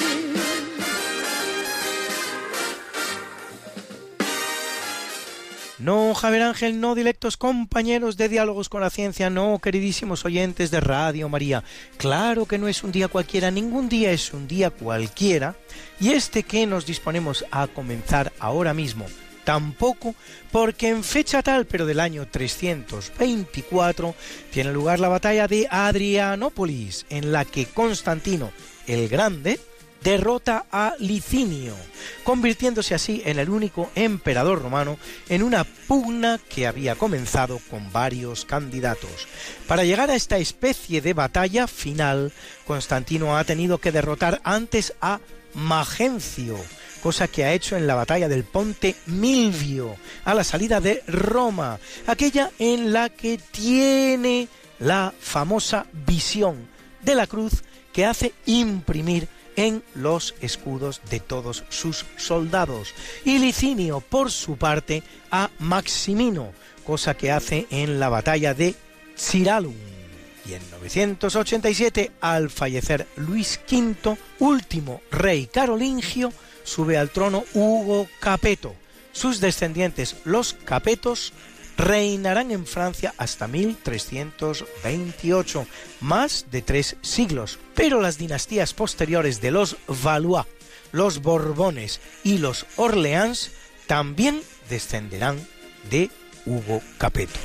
No, Javier Ángel, no, directos compañeros de Diálogos con la Ciencia, no, queridísimos oyentes de Radio María. Claro que no es un día cualquiera, ningún día es un día cualquiera, y este que nos disponemos a comenzar ahora mismo, tampoco, porque en fecha tal, pero del año 324, tiene lugar la batalla de Adrianópolis, en la que Constantino el Grande derrota a Licinio, convirtiéndose así en el único emperador romano en una pugna que había comenzado con varios candidatos. Para llegar a esta especie de batalla final, Constantino ha tenido que derrotar antes a Magencio, cosa que ha hecho en la batalla del Ponte Milvio, a la salida de Roma, aquella en la que tiene la famosa visión de la cruz que hace imprimir en los escudos de todos sus soldados, y Licinio, por su parte, a Maximino, cosa que hace en la batalla de Ciralum. Y en 987, al fallecer Luis V, último rey carolingio, sube al trono Hugo Capeto. Sus descendientes, los Capetos, reinarán en Francia hasta 1328, más de 3 siglos, pero las dinastías posteriores de los Valois, los Borbones y los Orleans también descenderán de Hugo Capeto.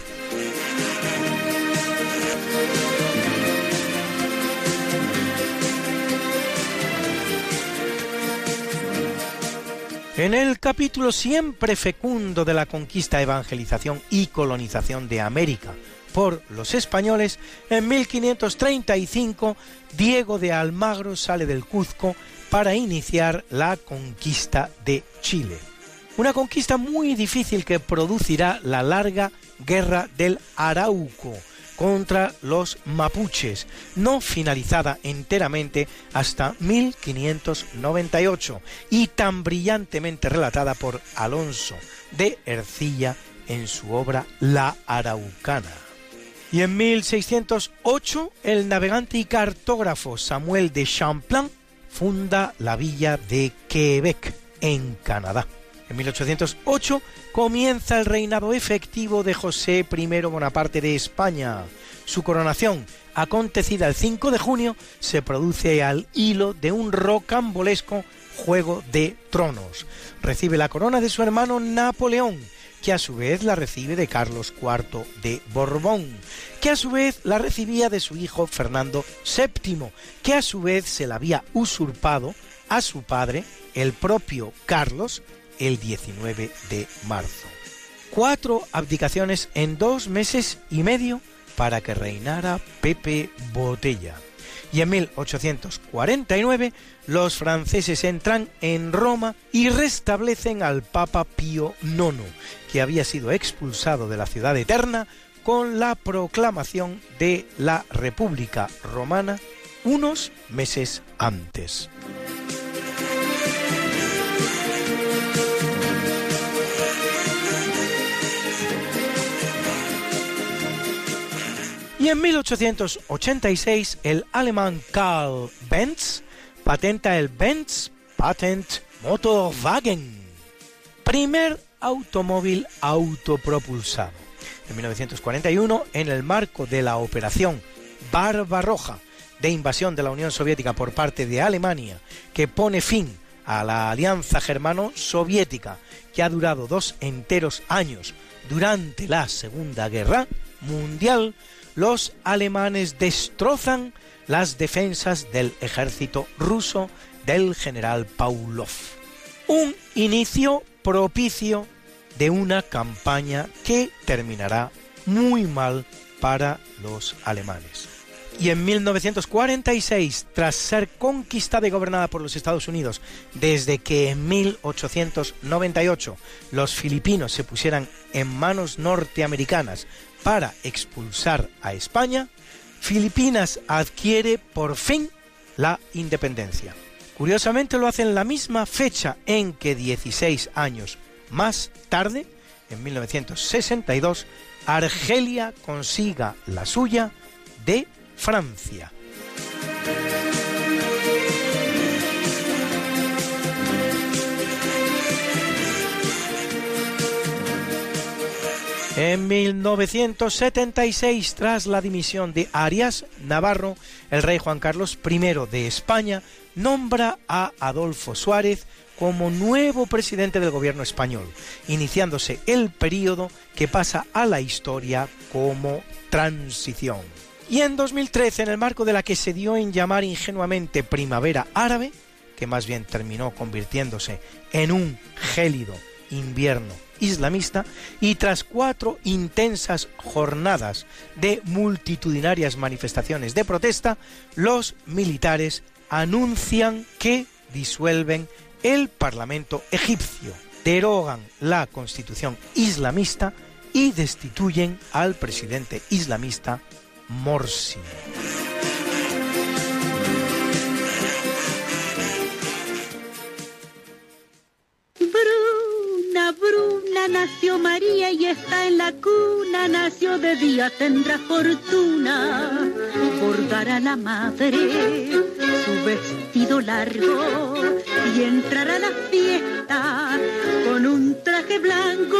En el capítulo siempre fecundo de la conquista, evangelización y colonización de América por los españoles, en 1535 Diego de Almagro sale del Cuzco para iniciar la conquista de Chile. Una conquista muy difícil que producirá la larga Guerra del Arauco contra los mapuches, no finalizada enteramente hasta 1598 y tan brillantemente relatada por Alonso de Ercilla en su obra La Araucana. Y en 1608 el navegante y cartógrafo Samuel de Champlain funda la villa de Quebec, en Canadá. En 1808 comienza el reinado efectivo de José I Bonaparte de España. Su coronación, acontecida el 5 de junio, se produce al hilo de un rocambolesco Juego de Tronos. Recibe la corona de su hermano Napoleón, que a su vez la recibe de Carlos IV de Borbón, que a su vez la recibía de su hijo Fernando VII, que a su vez se la había usurpado a su padre, el propio Carlos, el 19 de marzo. 4 abdicaciones en 2 meses y medio para que reinara Pepe Botella. Y en 1849 los franceses entran en Roma y restablecen al Papa Pío IX, que había sido expulsado de la ciudad eterna con la proclamación de la República Romana unos meses antes. Y en 1886 el alemán Karl Benz patenta el Benz Patent Motorwagen, primer automóvil autopropulsado. En 1941, en el marco de la Operación Barbarroja de invasión de la Unión Soviética por parte de Alemania, que pone fin a la alianza germano-soviética, que ha durado 2 enteros años durante la Segunda Guerra Mundial, los alemanes destrozan las defensas del ejército ruso del general Pavlov. Un inicio propicio de una campaña que terminará muy mal para los alemanes. Y en 1946, tras ser conquistada y gobernada por los Estados Unidos, desde que en 1898 los filipinos se pusieran en manos norteamericanas para expulsar a España, Filipinas adquiere por fin la independencia. Curiosamente lo hace en la misma fecha en que 16 años más tarde, en 1962, Argelia consiga la suya de Francia. En 1976, tras la dimisión de Arias Navarro, el rey Juan Carlos I de España nombra a Adolfo Suárez como nuevo presidente del gobierno español, iniciándose el período que pasa a la historia como transición. Y en 2013, en el marco de la que se dio en llamar ingenuamente Primavera Árabe, que más bien terminó convirtiéndose en un gélido invierno islamista, y tras 4 intensas jornadas de multitudinarias manifestaciones de protesta, los militares anuncian que disuelven el Parlamento egipcio, derogan la constitución islamista y destituyen al presidente islamista Morsi. Bruna nació María y está en la cuna, nació de día, tendrá fortuna, bordará la madre su vestido largo y entrará a la fiesta con un traje blanco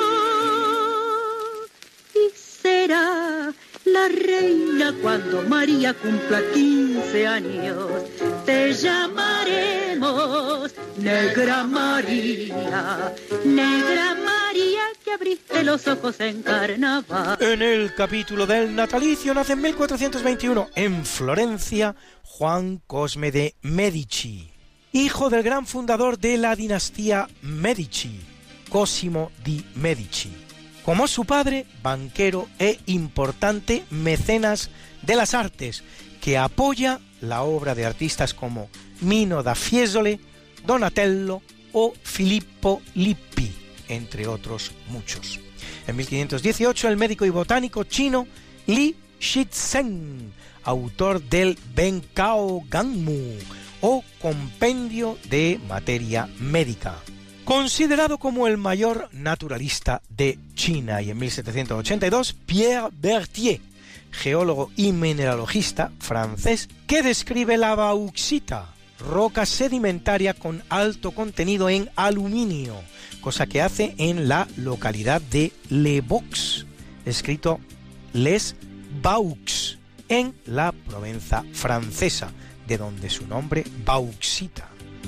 y será la reina cuando María cumpla 15 años. Te llamaremos Negra María, Negra María, que abriste los ojos en carnaval. En el capítulo del natalicio nace en 1421 en Florencia Juan Cosme de Medici, hijo del gran fundador de la dinastía Medici, Cosimo di Medici. Como su padre, banquero e importante mecenas de las artes, que apoya la obra de artistas como Mino da Fiesole, Donatello o Filippo Lippi, entre otros muchos. En 1518, el médico y botánico chino Li Shizhen, autor del Benkao Ganmu, o compendio de materia médica, considerado como el mayor naturalista de China. Y en 1782, Pierre Berthier, geólogo y mineralogista francés, que describe la bauxita, roca sedimentaria con alto contenido en aluminio, cosa que hace en la localidad de Les Baux, escrito Les Baux, en la Provenza francesa, de donde su nombre bauxita.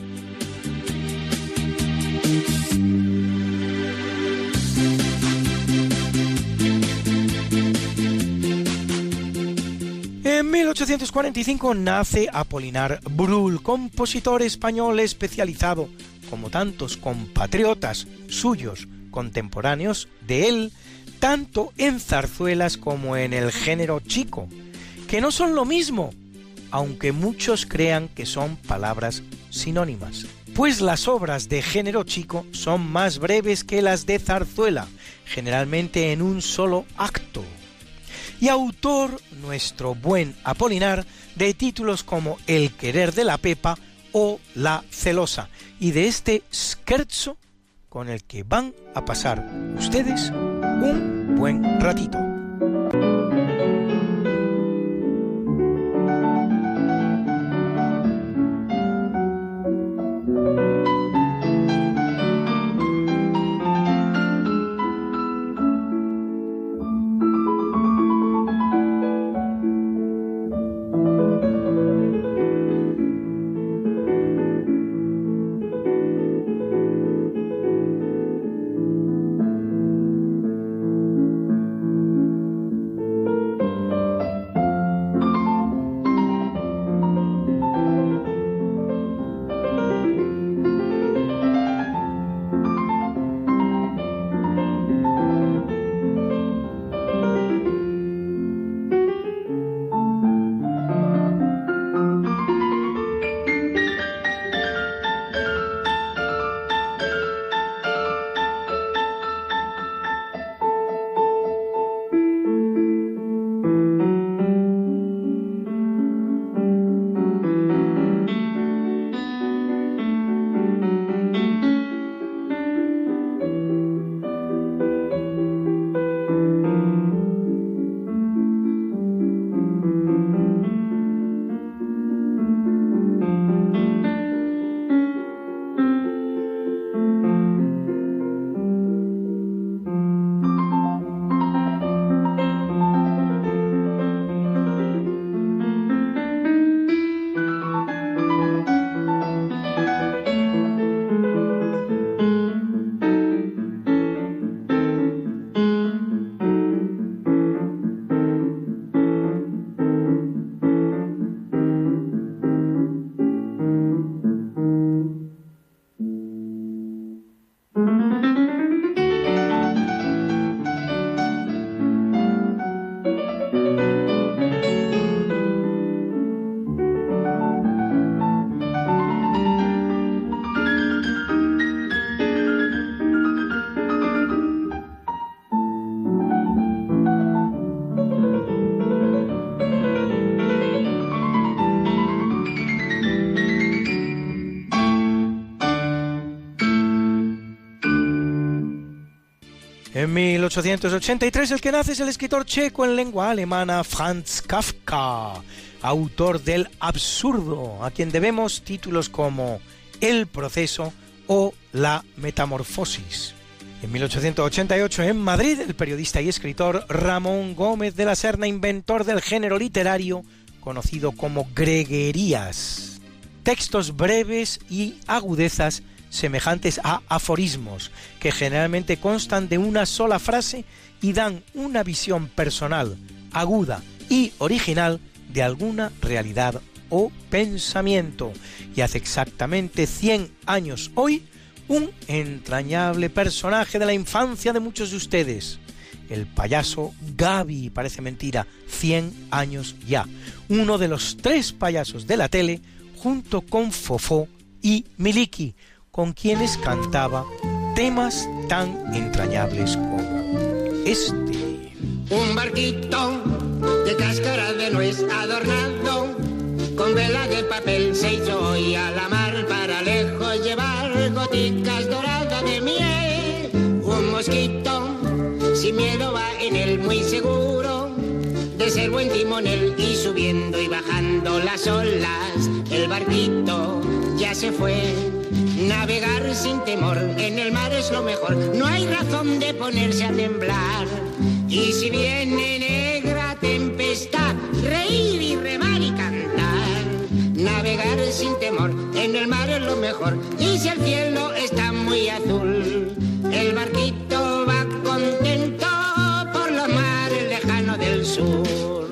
En 1845 nace Apolinar Brull, compositor español especializado, como tantos compatriotas suyos contemporáneos de él, tanto en zarzuelas como en el género chico, que no son lo mismo, aunque muchos crean que son palabras sinónimas, pues las obras de género chico son más breves que las de zarzuela, generalmente en un solo acto. Y autor, nuestro buen Apolinar, de títulos como El querer de la Pepa o La celosa, y de este scherzo con el que van a pasar ustedes un buen ratito. En 1883 el que nace es el escritor checo en lengua alemana Franz Kafka, autor del absurdo, a quien debemos títulos como El proceso o La metamorfosis. En 1888 en Madrid el periodista y escritor Ramón Gómez de la Serna, inventor del género literario conocido como greguerías. Textos breves y agudezas semejantes a aforismos, que generalmente constan de una sola frase y dan una visión personal, aguda y original de alguna realidad o pensamiento. Y hace exactamente 100 años hoy, un entrañable personaje de la infancia de muchos de ustedes, el payaso Gaby, parece mentira, 100 años ya, uno de los 3 payasos de la tele, junto con Fofó y Miliki, con quienes cantaba temas tan entrañables como este. Un barquito de cáscara de nuez adornado con vela de papel se hizo hoy a la mar para lejos llevar goticas doradas de miel. Un mosquito sin miedo va en él muy seguro de ser buen timonel, y subiendo y bajando las olas el barquito ya se fue. Navegar sin temor en el mar es lo mejor, no hay razón de ponerse a temblar. Y si viene negra tempestad, reír y remar y cantar. Navegar sin temor en el mar es lo mejor, y si el cielo está muy azul, el barquito va contento por los mares lejanos del sur.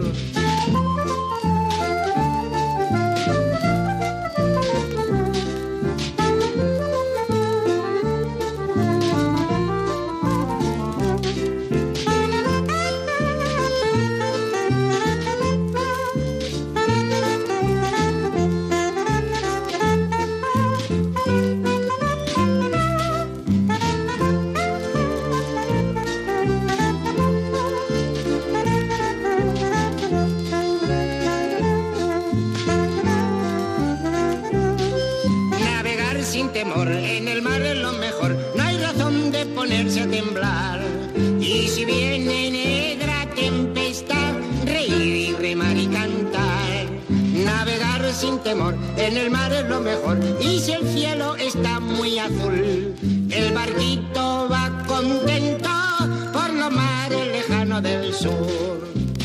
En el mar es lo mejor, no hay razón de ponerse a temblar. Y si viene negra tempestad, reír y remar y cantar. Navegar sin temor, en el mar es lo mejor, y si el cielo está muy azul, el barquito va contento por los mares lejanos del sur.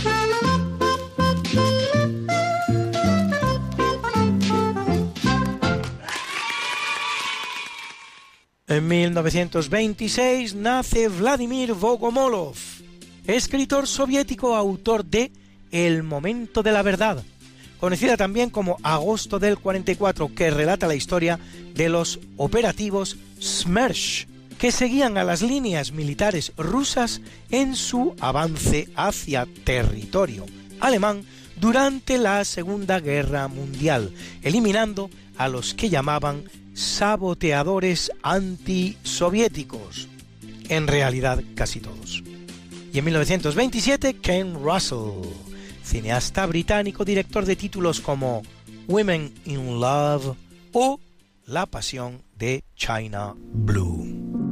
En 1926 nace Vladimir Bogomolov, escritor soviético, autor de El momento de la verdad, conocida también como Agosto del 44, que relata la historia de los operativos Smersh, que seguían a las líneas militares rusas en su avance hacia territorio alemán durante la Segunda Guerra Mundial, eliminando a los que llamaban saboteadores antisoviéticos, en realidad casi todos. Y en 1927 Ken Russell, cineasta británico, director de títulos como Women in Love o La pasión de China Blue.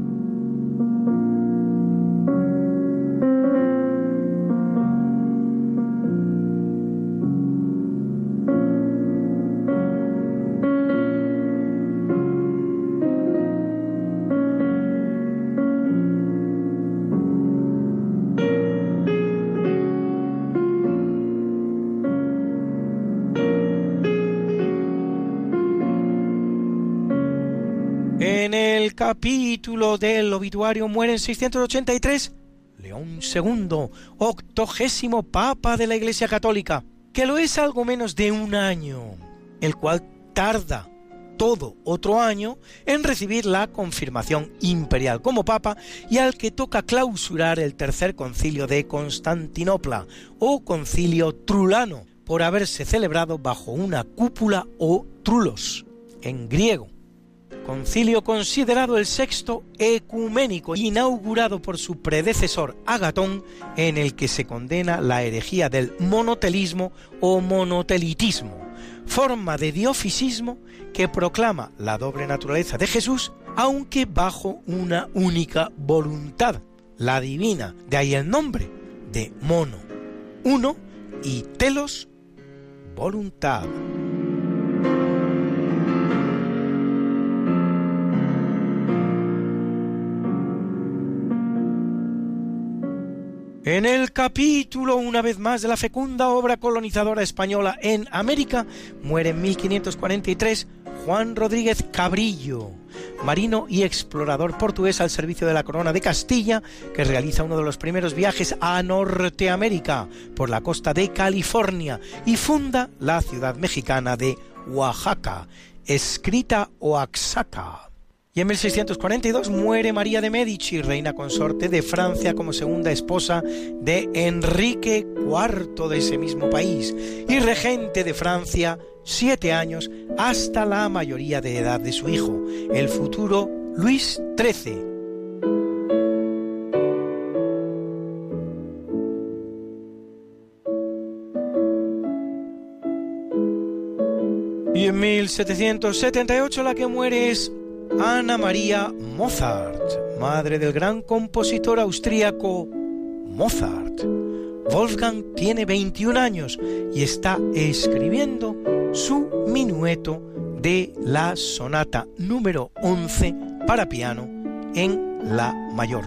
En el capítulo del obituario muere en 683 León II, 80º Papa de la Iglesia Católica, que lo es algo menos de un año, el cual tarda todo otro año en recibir la confirmación imperial como Papa, y al que toca clausurar el tercer concilio de Constantinopla o concilio trulano, por haberse celebrado bajo una cúpula o trulos en griego. Concilio considerado el sexto ecuménico, inaugurado por su predecesor Agatón, en el que se condena la herejía del monotelismo o monotelitismo, forma de diofisismo que proclama la doble naturaleza de Jesús, aunque bajo una única voluntad, la divina, de ahí el nombre de mono, uno, y telos, voluntad. En el capítulo, una vez más, de la fecunda obra colonizadora española en América, muere en 1543 Juan Rodríguez Cabrillo, marino y explorador portugués al servicio de la Corona de Castilla, que realiza uno de los primeros viajes a Norteamérica por la costa de California y funda la ciudad mexicana de Oaxaca, escrita Oaxaca. Y en 1642 muere María de Médici, reina consorte de Francia, como segunda esposa de Enrique IV de ese mismo país, y regente de Francia 7 años hasta la mayoría de edad de su hijo, el futuro Luis XIII. Y en 1778 la que muere es Ana María Mozart, madre del gran compositor austríaco Mozart. Wolfgang tiene 21 años y está escribiendo su minueto de la sonata número 11 para piano en la mayor,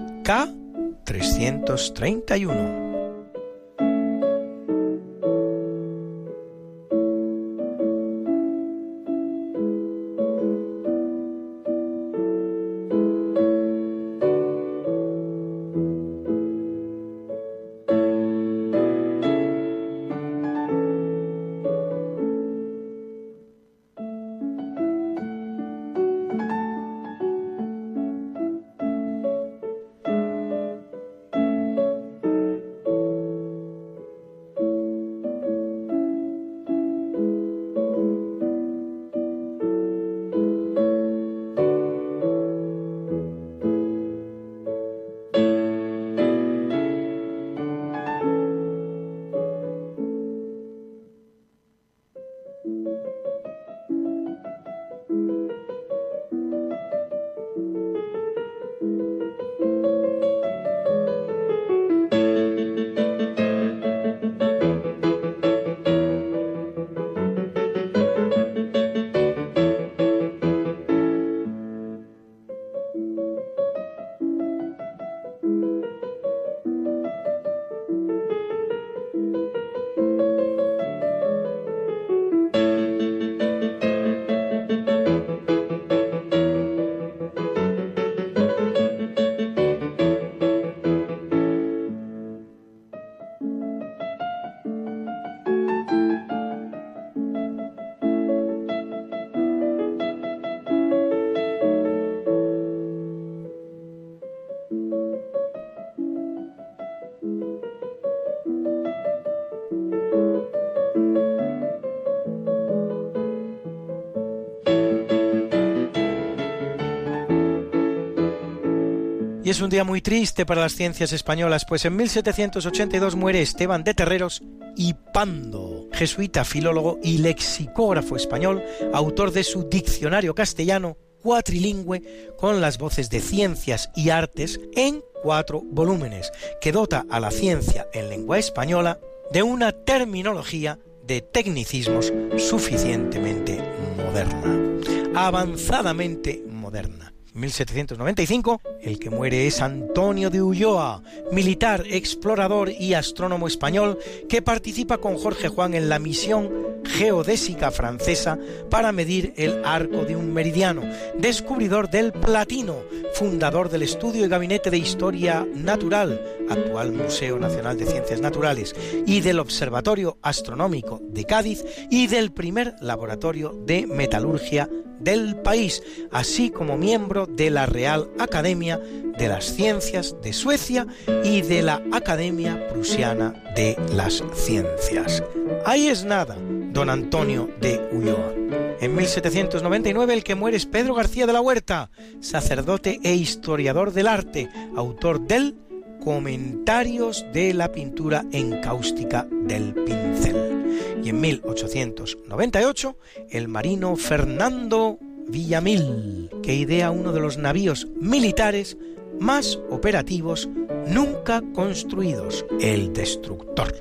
K331. Y es un día muy triste para las ciencias españolas, pues en 1782 muere Esteban de Terreros y Pando, jesuita, filólogo y lexicógrafo español, autor de su Diccionario Castellano cuatrilingüe con las voces de ciencias y artes en 4 volúmenes, que dota a la ciencia en lengua española de una terminología de tecnicismos suficientemente moderna, avanzadamente moderna. En 1795, el que muere es Antonio de Ulloa, militar, explorador y astrónomo español que participa con Jorge Juan en la misión geodésica francesa para medir el arco de un meridiano, descubridor del platino, fundador del Estudio y Gabinete de Historia Natural, actual Museo Nacional de Ciencias Naturales, y del Observatorio Astronómico de Cádiz y del primer laboratorio de metalurgia del país, así como miembro de la Real Academia de las Ciencias de Suecia y de la Academia Prusiana de las Ciencias. Ahí es nada, don Antonio de Ulloa. En 1799 el que muere es Pedro García de la Huerta, sacerdote e historiador del arte, autor del Comentarios de la pintura encáustica del pincel. Y en 1898 el marino Fernando Villamil, que idea uno de los navíos militares más operativos nunca construidos, el Destructor.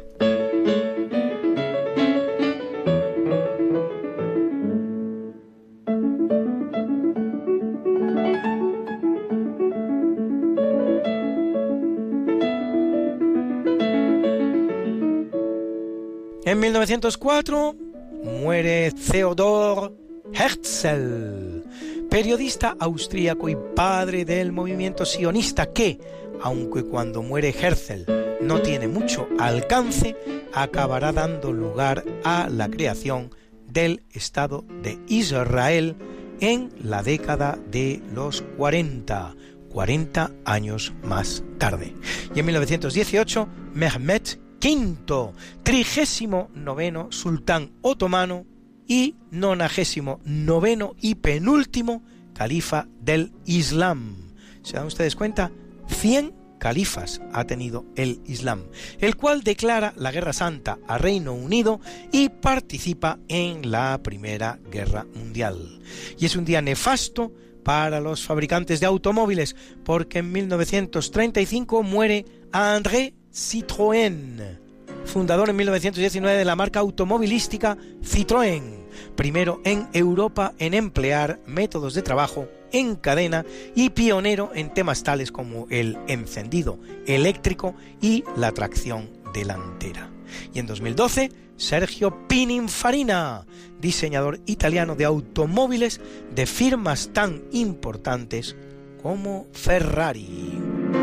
En 1904 muere Theodor Herzl, periodista austríaco y padre del movimiento sionista que, aunque cuando muere Herzl no tiene mucho alcance, acabará dando lugar a la creación del Estado de Israel en la década de los 40 años más tarde. Y en 1918, Mehmet V, 39º sultán otomano y 99º y penúltimo califa del Islam. ¿Se dan ustedes cuenta? 100 califas ha tenido el Islam, el cual declara la Guerra Santa a Reino Unido y participa en la Primera Guerra Mundial. Y es un día nefasto para los fabricantes de automóviles, porque en 1935 muere André Citroën, fundador en 1919 de la marca automovilística Citroën, primero en Europa en emplear métodos de trabajo en cadena y pionero en temas tales como el encendido eléctrico y la tracción delantera. Y en 2012, Sergio Pininfarina, diseñador italiano de automóviles de firmas tan importantes como Ferrari.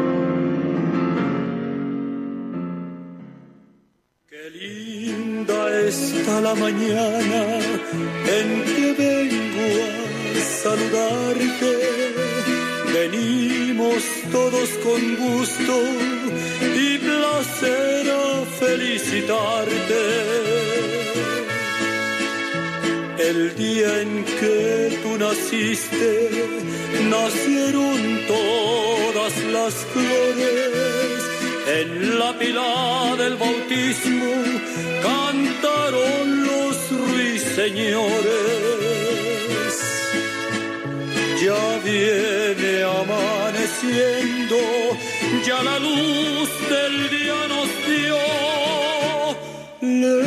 Qué linda está la mañana en que vengo a saludarte. Venimos todos con gusto y placer a felicitarte. El día en que tú naciste, nacieron todas las flores. En la pila del bautismo cantaron los ruiseñores. Ya viene amaneciendo, ya la luz del día nos dio.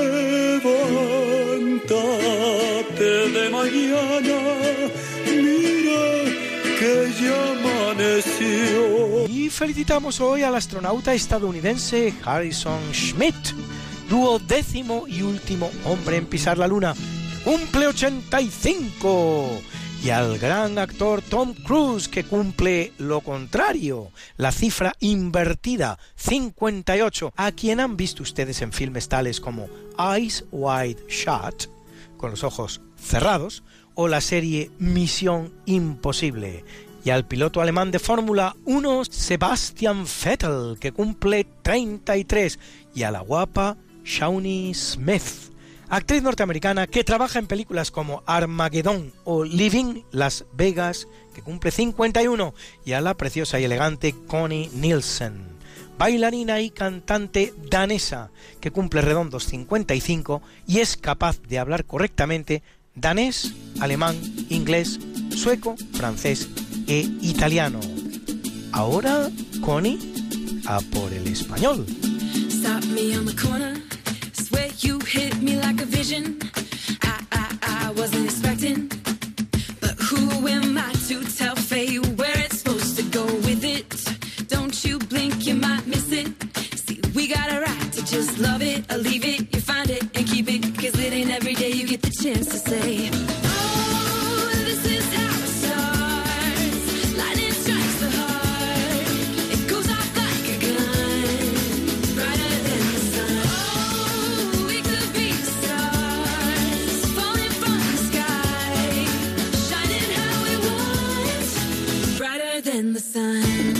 Levántate de mañana, mira que ya amaneció. Y felicitamos hoy al astronauta estadounidense Harrison Schmitt, 12º y último hombre en pisar la Luna. ¡Cumple 85! Y al gran actor Tom Cruise, que cumple lo contrario, la cifra invertida, 58, a quien han visto ustedes en filmes tales como Eyes Wide Shut, con los ojos cerrados, o la serie Misión Imposible. Y al piloto alemán de Fórmula 1, Sebastian Vettel, que cumple 33, y a la guapa Shawnee Smith, actriz norteamericana que trabaja en películas como Armageddon o Living Las Vegas, que cumple 51, y a la preciosa y elegante Connie Nielsen, bailarina y cantante danesa, que cumple redondos 55 y es capaz de hablar correctamente danés, alemán, inglés, sueco, francés e italiano. Ahora, Connie, a por el español. Stop me on the corner, swear you hit me like a vision. I wasn't expecting, but who am I to tell fate where it's supposed to go with it? Don't you blink, you might miss it. See, we got a right to just love it or leave it. You find it and keep it, 'cause it ain't every day you get the chance to say, oh, this is how it starts. Lightning strikes the heart, it goes off like a gun, brighter than the sun. Oh, we could be the stars, falling from the sky, shining how we want, brighter than the sun.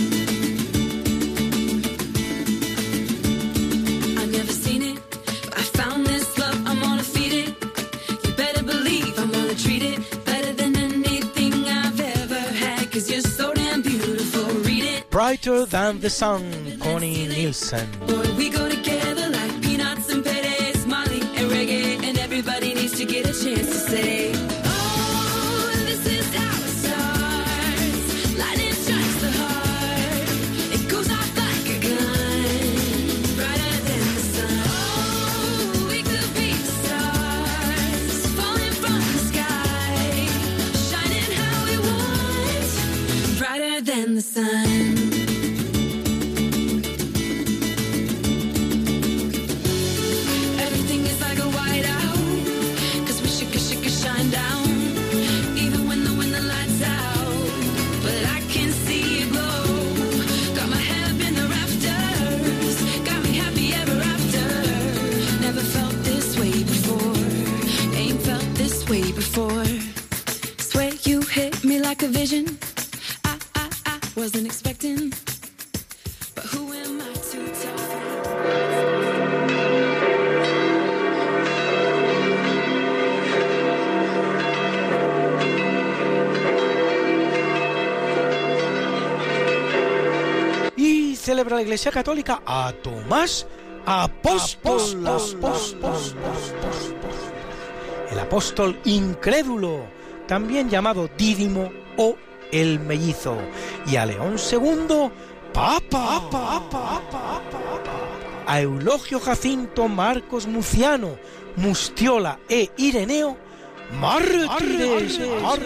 Brighter Than the Sun, Connie Nielsen. Boy, we go together like peanuts and Pérez, Molly and reggae, and everybody needs to get a chance to say, oh, this is how it starts. Lightning strikes the heart. celebra la Iglesia Católica a Tomás Apóstol. El apóstol incrédulo, también llamado Dídimo o el mellizo, y a León II, Papa. A Eulogio Jacinto Marcos Muciano, Mustiola e Ireneo, mártires.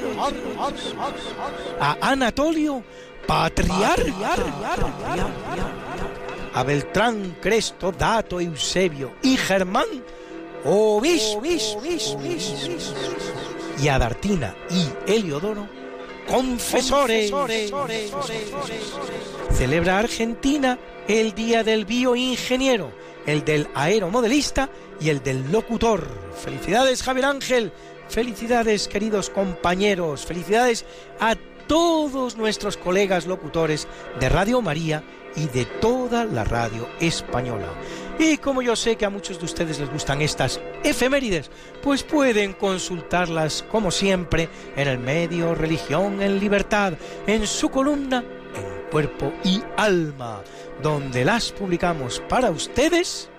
A Anatolio, patriarca. A Beltrán, Cresto, Dato, Eusebio y Germán, obispo. Y a Dartina y Heliodoro, confesores. Celebra Argentina el Día del Bioingeniero, el del aeromodelista y el del locutor. Felicidades, Javier Ángel. Felicidades, queridos compañeros. Felicidades a todos nuestros colegas locutores de Radio María y de toda la radio española. Y como yo sé que a muchos de ustedes les gustan estas efemérides, pues pueden consultarlas, como siempre, en el medio Religión en Libertad, en su columna En Cuerpo y Alma, donde las publicamos para ustedes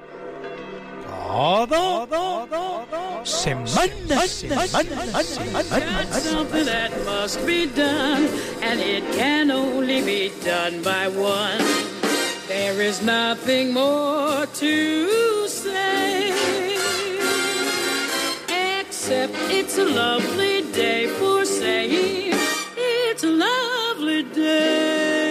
cada semana. Something that must be done, and it can only be done by one. There is nothing more to say, except it's a lovely day for saying it's a lovely day.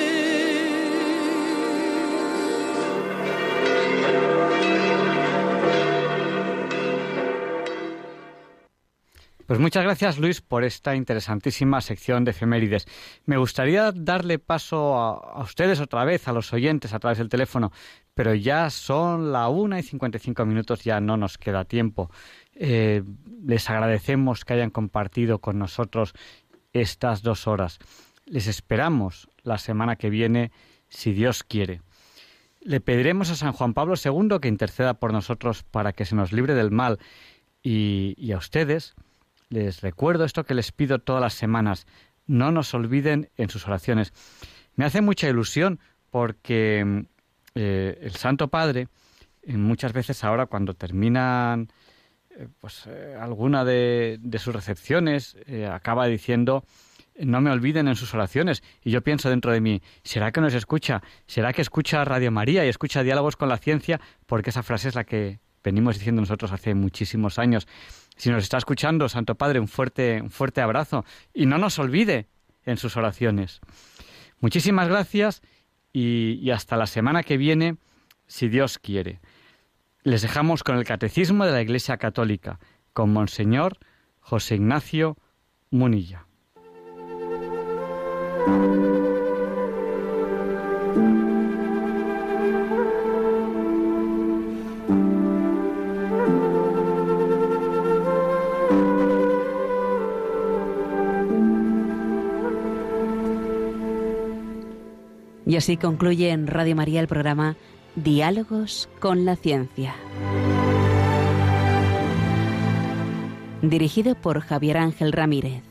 Pues muchas gracias, Luis, por esta interesantísima sección de efemérides. Me gustaría darle paso a ustedes otra vez, a los oyentes, a través del teléfono, pero ya son la 1:55, ya no nos queda tiempo. Les agradecemos que hayan compartido con nosotros estas 2 horas. Les esperamos la semana que viene, si Dios quiere. Le pediremos a San Juan Pablo II que interceda por nosotros para que se nos libre del mal. Y a ustedes les recuerdo esto que les pido todas las semanas: no nos olviden en sus oraciones. Me hace mucha ilusión porque el Santo Padre, muchas veces ahora cuando terminan alguna de sus recepciones, acaba diciendo: no me olviden en sus oraciones. Y yo pienso dentro de mí, ¿será que nos escucha? ¿Será que escucha Radio María y escucha Diálogos con la Ciencia? Porque esa frase es la que venimos diciendo nosotros hace muchísimos años. Si nos está escuchando, Santo Padre, un fuerte abrazo. Y no nos olvide en sus oraciones. Muchísimas gracias y hasta la semana que viene, si Dios quiere. Les dejamos con el Catecismo de la Iglesia Católica, con Monseñor José Ignacio Munilla. Y así concluye en Radio María el programa Diálogos con la Ciencia, dirigido por Javier Ángel Ramírez.